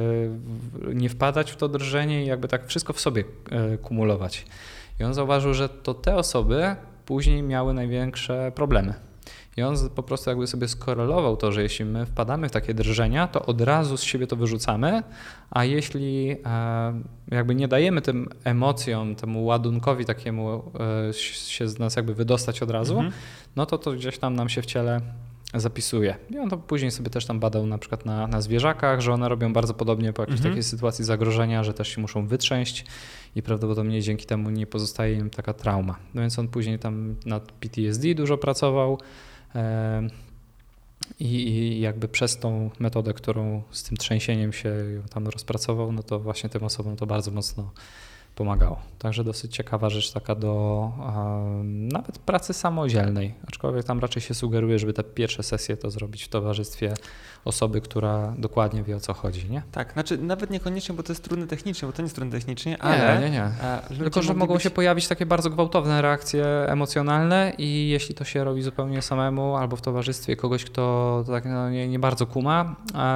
nie wpadać w to drżenie i jakby tak wszystko w sobie kumulować. I on zauważył, że to te osoby później miały największe problemy. I on po prostu jakby sobie skorelował to, że jeśli my wpadamy w takie drżenia, to od razu z siebie to wyrzucamy, a jeśli jakby nie dajemy tym emocjom, temu ładunkowi takiemu się z nas jakby wydostać od razu, mhm. no to to gdzieś tam nam się w ciele zapisuje. I on to później sobie też tam badał na przykład na, na zwierzakach, że one robią bardzo podobnie po jakiejś mhm. takiej sytuacji zagrożenia, że też się muszą wytrzęść i prawdopodobnie dzięki temu nie pozostaje im taka trauma. No więc on później tam nad P T S D dużo pracował. I, I jakby przez tą metodę, którą z tym trzęsieniem się tam rozpracował, no to właśnie tym osobom to bardzo mocno pomagało. Także dosyć ciekawa rzecz taka do um, nawet pracy samodzielnej, aczkolwiek tam raczej się sugeruje, żeby te pierwsze sesje to zrobić w towarzystwie osoby, która dokładnie wie, o co chodzi, nie? Tak, znaczy nawet niekoniecznie, bo to jest trudne technicznie, bo to nie jest trudne technicznie, ale... Nie, nie, nie. Tylko, że mogą być... się pojawić takie bardzo gwałtowne reakcje emocjonalne i jeśli to się robi zupełnie samemu albo w towarzystwie kogoś, kto tak no, nie, nie bardzo kuma,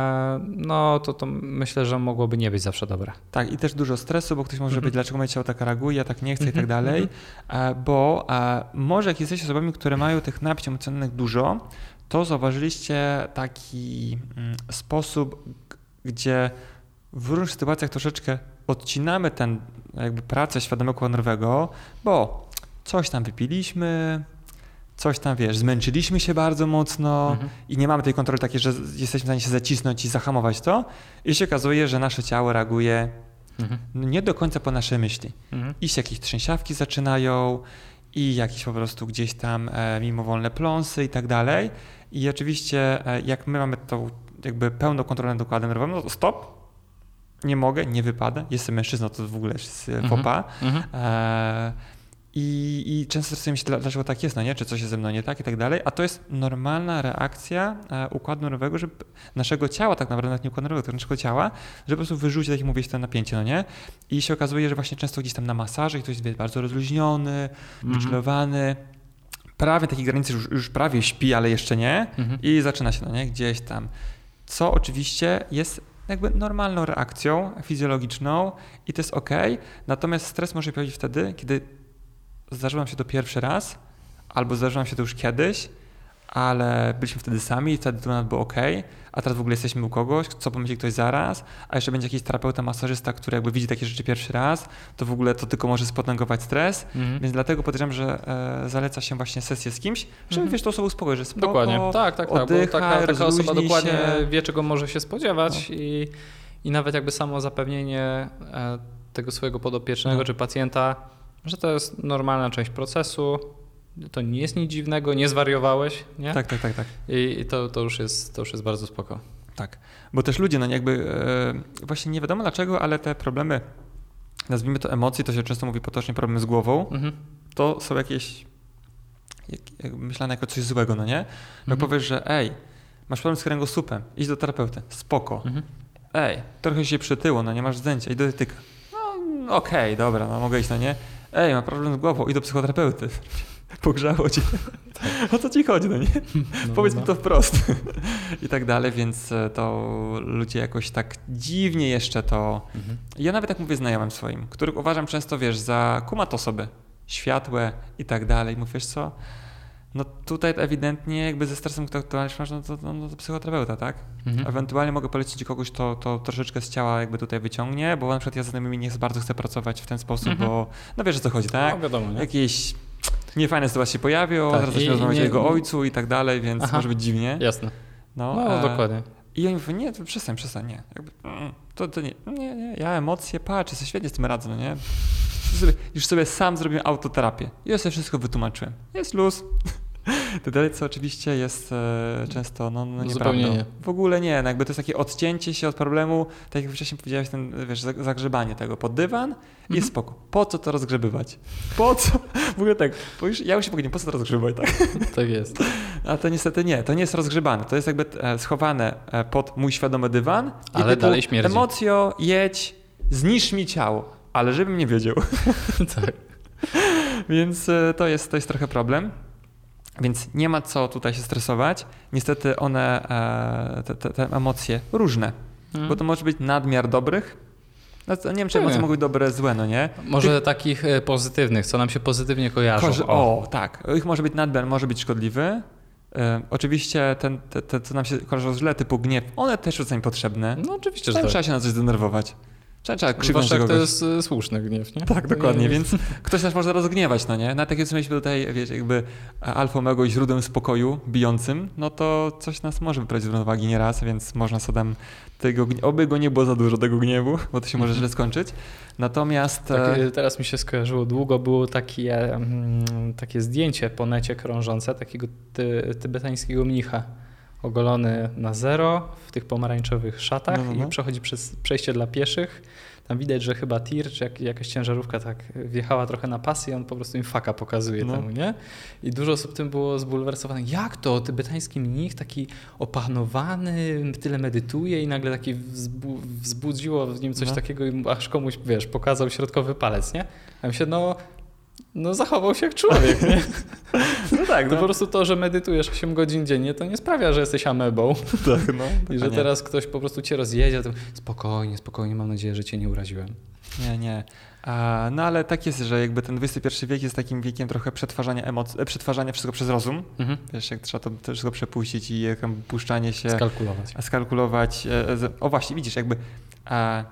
no to, to myślę, że mogłoby nie być zawsze dobre. Tak, i też dużo stresu, bo ktoś może mm-hmm. być, dlaczego moje ciało tak reaguje, ja tak nie chcę mm-hmm. i tak dalej, mm-hmm. bo może jak jesteście osobami, które mają tych napięć emocjonalnych dużo, to zauważyliście taki sposób, gdzie w różnych sytuacjach troszeczkę odcinamy ten jakby pracę świadomego układu nerwowego, bo coś tam wypiliśmy, coś tam, wiesz, zmęczyliśmy się bardzo mocno mhm. i nie mamy tej kontroli takiej, że jesteśmy w stanie się zacisnąć i zahamować to i się okazuje, że nasze ciało reaguje mhm. nie do końca po naszej myśli. Mhm. I się jakieś trzęsiawki zaczynają i jakieś po prostu gdzieś tam e, mimowolne pląsy i tak dalej. I oczywiście e, jak my mamy tą jakby pełną kontrolę nad układem nerwowym, no to stop, nie mogę, nie wypada, jestem mężczyzną, to w ogóle jest fopa. Mm-hmm. E, i, I często stresujemy się, dlaczego tak jest, no nie, czy coś jest ze mną nie tak i tak dalej, a to jest normalna reakcja e, układu nerwowego, żeby naszego ciała, tak naprawdę nawet nie układu nerwowego, tylko naszego ciała, żeby po prostu wyrzucić, tak jak mówię, to napięcie, no nie? I się okazuje, że właśnie często gdzieś tam na masaże ktoś jest bardzo rozluźniony, mm-hmm. wychillowany, prawie takiej granicy już, już prawie śpi, ale jeszcze nie mm-hmm. i zaczyna się, no nie, gdzieś tam, co oczywiście jest jakby normalną reakcją fizjologiczną i to jest okej, natomiast stres może się pojawić wtedy, kiedy zdarzyło nam się to pierwszy raz, albo zdarzyło nam się to już kiedyś, ale byliśmy wtedy sami i wtedy to nam było okej, a teraz w ogóle jesteśmy u kogoś, co pomyśli ktoś zaraz, a jeszcze będzie jakiś terapeuta, masażysta, który jakby widzi takie rzeczy pierwszy raz, to w ogóle to tylko może spotęgować stres, mm-hmm. więc dlatego podejrzewam, że e, zaleca się właśnie sesję z kimś, żeby mm-hmm. wiesz, to osobę uspokoić, że spoko, dokładnie, tak, tak, tak, oddychaj, bo taka, taka osoba dokładnie się. wie, czego może się spodziewać no. i, i nawet jakby samo zapewnienie e, tego swojego podopiecznego no. czy pacjenta, że to jest normalna część procesu, to nie jest nic dziwnego, nie zwariowałeś, nie? Tak, tak, tak, tak. I, i to, to, już jest, to już jest bardzo spoko. Tak, bo też ludzie, no jakby e, właśnie nie wiadomo dlaczego, ale te problemy, nazwijmy to emocji, to się często mówi potocznie problemy z głową, mhm. to są jakieś jak, jak myślane jako coś złego, no nie? Jak mhm. powiesz, że ej, masz problem z kręgosłupem, idź do terapeuty, spoko. Mhm. Ej, trochę się przytyło, no nie masz zdjęcia, idź do dietetyka. No okej, okay, dobra, no mogę iść, no nie? Ej, mam problem z głową, idź do psychoterapeuty. Pogrzało cię. O co ci chodzi, no nie? No, Powiedz no. mi to wprost. I tak dalej, więc to ludzie jakoś tak dziwnie jeszcze to... Mhm. Ja nawet tak mówię znajomym swoim, których uważam często, wiesz, za kumat osoby, światłe i tak dalej. Mówisz co? No tutaj ewidentnie jakby ze stresem, który masz, no to, no to psychoterapeuta, tak? Mhm. Ewentualnie mogę polecić kogoś, kto to troszeczkę z ciała jakby tutaj wyciągnie, bo na przykład ja z znajomymi nie bardzo chcę pracować w ten sposób, mhm. bo no wiesz o co chodzi, tak? No wiadomo, nie? Jakieś niefajne sytuacje się pojawią, tak, zaraz zaczniemy rozmawiać o jego ojcu i tak dalej, więc Aha. może być dziwnie. Jasne. No, no e... dokładnie. I oni mówią, nie, to przestań, przestań, nie. Jakby, to, to nie, nie, nie, ja emocje, patrz, ja sobie świetnie z tym radzę, no nie? Już sobie, już sobie sam zrobiłem autoterapię. Ja sobie wszystko wytłumaczyłem. Jest luz. To dalej, co oczywiście jest e, często no, no nieprawdą. Nie. W ogóle nie, no jakby to jest takie odcięcie się od problemu, tak jak wcześniej powiedziałeś, ten, wiesz, zagrzebanie tego pod dywan i mhm. jest spoko. Po co to rozgrzebywać? Po co? W ogóle tak, bo już, ja już się pogadam, po co to rozgrzebywać, tak? Tak jest. A to niestety nie, to nie jest rozgrzebane, to jest jakby e, schowane e, pod mój świadomy dywan. Ale i typu, dalej śmierdzi. Emocjo, jedź, zniszcz mi ciało, ale żebym nie wiedział. Tak. Więc e, to jest, to jest trochę problem. Więc nie ma co tutaj się stresować. Niestety one, te, te, te emocje różne, hmm. bo to może być nadmiar dobrych. No, nie wiem, czy emocje mogą być dobre, złe, no nie? Może Tych... takich pozytywnych, co nam się pozytywnie kojarzą. Korzy... O. o, tak. Ich może być nadmiar, może być szkodliwy. E, oczywiście ten, te, te, co nam się kojarzą źle, typu gniew, one też są czasami potrzebne. No oczywiście, że tak. Trzeba się na coś zdenerwować. Trzeba krzywdzić kogoś. To jest słuszny gniew, nie? Tak, dokładnie, nie, więc ktoś nas może rozgniewać, no nie? Na tak jak mieliśmy tutaj, wiesz, jakby alfa omega źródłem spokoju, bijącym, no to coś nas może wyprowadzić z równowagi nieraz, więc można sobie tam tego, oby go nie było za dużo tego gniewu, bo to się może źle skończyć. Natomiast... Tak, teraz mi się skojarzyło, długo było takie, takie zdjęcie po necie krążące, takiego ty, tybetańskiego mnicha. ogolony na zero w tych pomarańczowych szatach no, no, no. i przechodzi przez przejście dla pieszych. Tam widać, że chyba tir, czy jak, jakaś ciężarówka tak wjechała trochę na pas i on po prostu im faka pokazuje no. temu, nie? I dużo osób tym było zbulwersowanych. Jak to? Tybetański mnich, taki opanowany, tyle medytuje i nagle taki wzbu- wzbudziło w nim coś no. takiego i aż komuś, wiesz, pokazał środkowy palec, nie? A mi się, no... No zachował się jak człowiek, nie? No tak. To no. po prostu to, że medytujesz osiem godzin dziennie, to nie sprawia, że jesteś amebą. Tak, no. I że teraz ktoś po prostu cię rozjedzie, to spokojnie, spokojnie, mam nadzieję, że cię nie uraziłem. Nie, nie. A, no ale tak jest, że jakby ten dwudziesty pierwszy wiek jest takim wiekiem trochę przetwarzania emocji, przetwarzania wszystko przez rozum. Mhm. Wiesz, jak trzeba to, to wszystko przepuścić i jak puszczanie się... Skalkulować. Skalkulować. O właśnie, widzisz, jakby, a,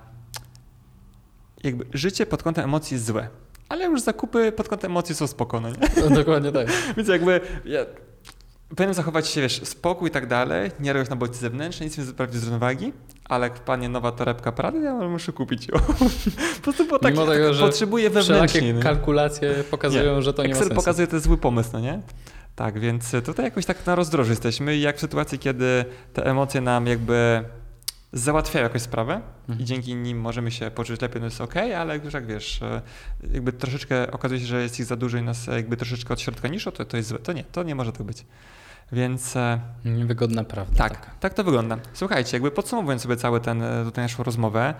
jakby życie pod kątem emocji jest złe. Ale już zakupy pod kątem emocji są spoko, no nie? No, dokładnie tak. Więc jakby ja powinienem zachować się, wiesz, spokój i tak dalej, nie robić na bodźce zewnętrzne, nic nie sprawić z równowagi, ale jak wpadnie nowa torebka Prady, ja muszę kupić ją. Po prostu bo tak, Mimo tego, tak że potrzebuję wewnętrznie. No. Kalkulacje pokazują, nie. że to nie Excel ma sensu. pokazuje, to jest zły pomysł, no nie? Tak, więc tutaj jakoś tak na rozdrożu jesteśmy i jak w sytuacji, kiedy te emocje nam jakby załatwiają jakąś sprawę mhm. i dzięki nim możemy się poczuć lepiej, no jest okej, ale już jak wiesz, jakby troszeczkę okazuje się, że jest ich za dużo i nas jakby troszeczkę od środka niszczą, to, to jest złe. To nie, to nie może tak być. Więc... Niewygodna prawda. Tak, tak, tak to wygląda. Słuchajcie, jakby podsumowując sobie cały ten, tutaj naszą rozmowę,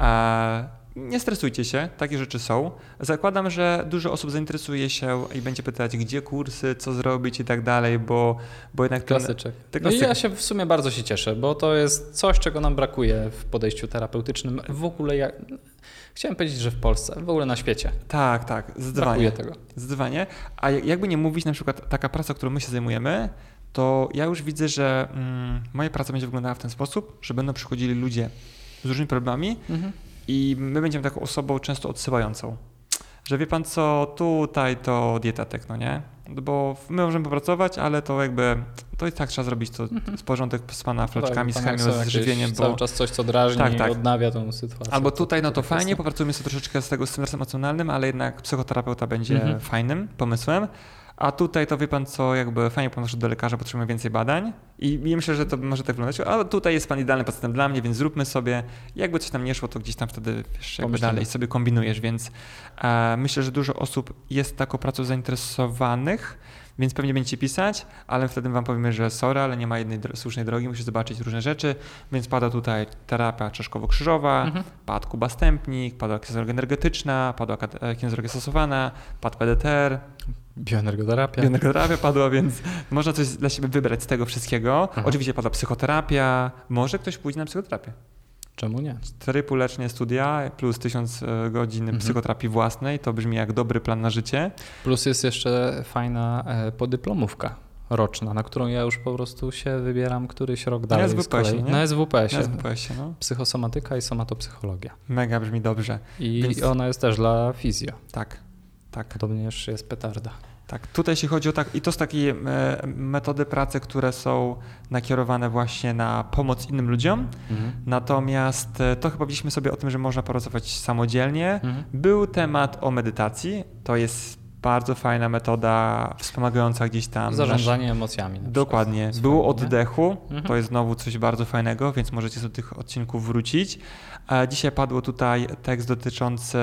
e, nie stresujcie się, takie rzeczy są. Zakładam, że dużo osób zainteresuje się i będzie pytać, gdzie kursy, co zrobić i tak dalej, bo, bo jednak... Klasyczek. Ten, no i ja się w sumie bardzo się cieszę, bo to jest coś, czego nam brakuje w podejściu terapeutycznym. W ogóle ja... Chciałem powiedzieć, że w Polsce, w ogóle na świecie. Tak, tak, zdecydowanie. Brakuje tego. Zdecydowanie. A jakby nie mówić, na przykład taka praca, którą my się zajmujemy, to ja już widzę, że mm, moja praca będzie wyglądała w ten sposób, że będą przychodzili ludzie z różnymi problemami mhm. i my będziemy taką osobą często odsyłającą. Że wie pan co, tutaj to dieta techno, nie? Bo my możemy popracować, ale to jakby, to i tak trzeba zrobić to mhm. z porządek z pana flaczkami, tak, z chemią, z żywieniem. Bo cały czas coś, co drażni tak, tak. i odnawia tą sytuację. Albo tutaj, no to tak fajnie, popracujemy sobie troszeczkę z tego stresu emocjonalnym, ale jednak psychoterapeuta będzie mhm. fajnym pomysłem. A tutaj to wie pan co, jakby fajnie pan poszedł do lekarza, potrzebujemy więcej badań i myślę, że to może tak wyglądać, a tutaj jest pan idealny pacjentem dla mnie, więc zróbmy sobie, jakby coś tam nie szło, to gdzieś tam wtedy wiesz, jakby dalej sobie kombinujesz, więc e, myślę, że dużo osób jest taką pracą zainteresowanych, więc pewnie będziecie pisać, ale wtedy wam powiemy, że sorry, ale nie ma jednej dro- słusznej drogi, musisz zobaczyć różne rzeczy, więc pada tutaj terapia czaszkowo-krzyżowa, mhm. padł Kuba Stępnik, padła kinezjologia energetyczna, padła kinezjologia stosowana, padł P D T R, Bioenergoterapia. Bioenergoterapia padła, więc można coś dla siebie wybrać z tego wszystkiego. Aha. Oczywiście padła psychoterapia. Może ktoś pójdzie na psychoterapię. Czemu nie? cztery półroczne studia plus tysiąc godzin mhm. psychoterapii własnej. To brzmi jak dobry plan na życie. Plus jest jeszcze fajna podyplomówka roczna, na którą ja już po prostu się wybieram któryś rok dalej. Na S W P S-ie, nie? Na S W P S-ie. Na S W P S-ie, no. Psychosomatyka i somatopsychologia. Mega brzmi dobrze. I Więc... ona jest też dla fizjo. Tak. Tak. Podobnież jest petarda. Tak, tutaj jeśli chodzi o tak, i to są takie e, metody pracy, które są nakierowane właśnie na pomoc innym ludziom, mhm. natomiast e, to chyba powiedzieliśmy sobie o tym, że można pracować samodzielnie. Mhm. Był temat o medytacji, to jest bardzo fajna metoda wspomagająca gdzieś tam. Zarządzanie nasz... emocjami. Dokładnie. Było oddechu, mhm. to jest znowu coś bardzo fajnego, więc możecie do tych odcinków wrócić. E, dzisiaj padło tutaj tekst dotyczący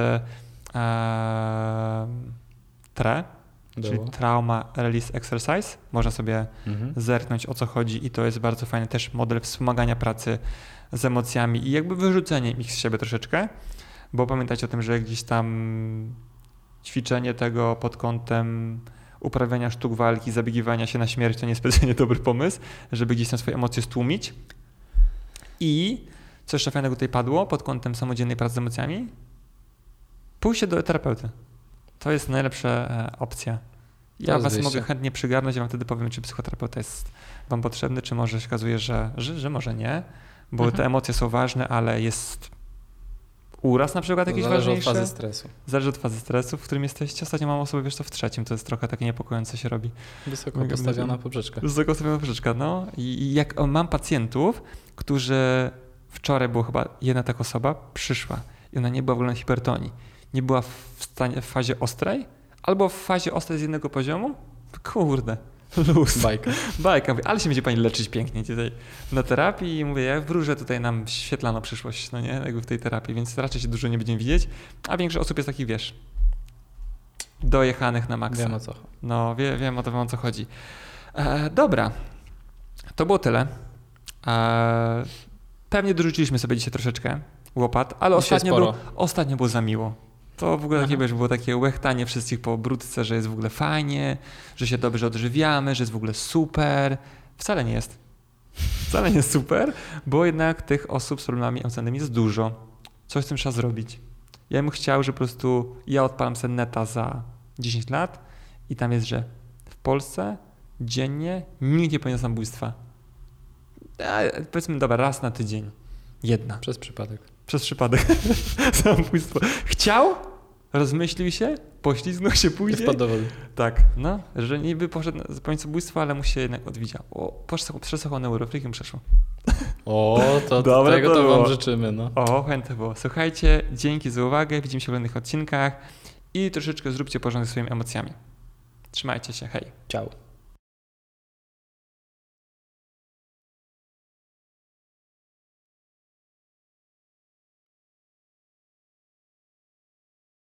e, T R E, Było. czyli Trauma Release Exercise. Można sobie mhm. zerknąć, o co chodzi i to jest bardzo fajny też model wspomagania pracy z emocjami i jakby wyrzucenie ich z siebie troszeczkę, bo pamiętajcie o tym, że gdzieś tam ćwiczenie tego pod kątem uprawiania sztuk walki, zabiegiwania się na śmierć to niespecjalnie dobry pomysł, żeby gdzieś tam swoje emocje stłumić. I co jeszcze fajnego tutaj padło pod kątem samodzielnej pracy z emocjami? Pójście do terapeuty. To jest najlepsza opcja. Ja was wyjście. mogę chętnie przygarnąć, ja wam wtedy powiem, czy psychoterapeuta jest wam potrzebny, czy może się okazuje, że, że, że może nie, bo mhm. te emocje są ważne, ale jest uraz na przykład jakiś ważniejszy. Zależy od fazy stresu. Zależy od fazy stresu, w którym jesteście. Ostatnio mam osobę, wiesz, to w trzecim, to jest trochę takie niepokojące się robi. Wysoko postawiona poprzeczka. Wysoko postawiona poprzeczka, no. I jak mam pacjentów, którzy wczoraj była chyba jedna taka osoba, przyszła i ona nie była w ogóle na hipertonii. Nie była w, stanie, w fazie ostrej, albo w fazie ostrej z jednego poziomu. Kurde, Luz. Bajka. Bajka. Mówię, ale się będzie pani leczyć pięknie tutaj na terapii i mówię, ja wróżę tutaj nam świetlaną przyszłość, no nie, jakby w tej terapii, więc raczej się dużo nie będziemy widzieć, a większość osób jest takich, wiesz, dojechanych na maksa. Wiem o co chodzi. No, wie, wiem o to, o co chodzi. E, dobra, to było tyle. E, pewnie dorzuciliśmy sobie dzisiaj troszeczkę łopat, ale ostatnio, był, ostatnio było za miło. To w ogóle takie, wiesz, było takie łechtanie wszystkich po brudce, że jest w ogóle fajnie, że się dobrze odżywiamy, że jest w ogóle super. Wcale nie jest. Wcale nie jest super, bo jednak tych osób z problemami emocjonalnymi jest dużo. Coś z tym trzeba zrobić. Ja bym chciał, że po prostu ja odpalam sobie neta za dziesięć lat i tam jest, że w Polsce dziennie nikt nie popełnia samobójstwa. A, powiedzmy, dobra, raz na tydzień. Jedna. Przez przypadek. Przez przypadek. Samobójstwo. Chciał, rozmyślił się, poślizgnął się później. Wpadł do wody. Tak, no, że niby poszedł na popełnić samobójstwo, ale mu się jednak odwidział. O, przesłuchał neurofrikiem przeszło. O, to Dobre tego to to wam było. życzymy, no. O, chętnie było. Słuchajcie, dzięki za uwagę, widzimy się w kolejnych odcinkach i troszeczkę zróbcie porządek ze swoimi emocjami. Trzymajcie się, hej. Ciao.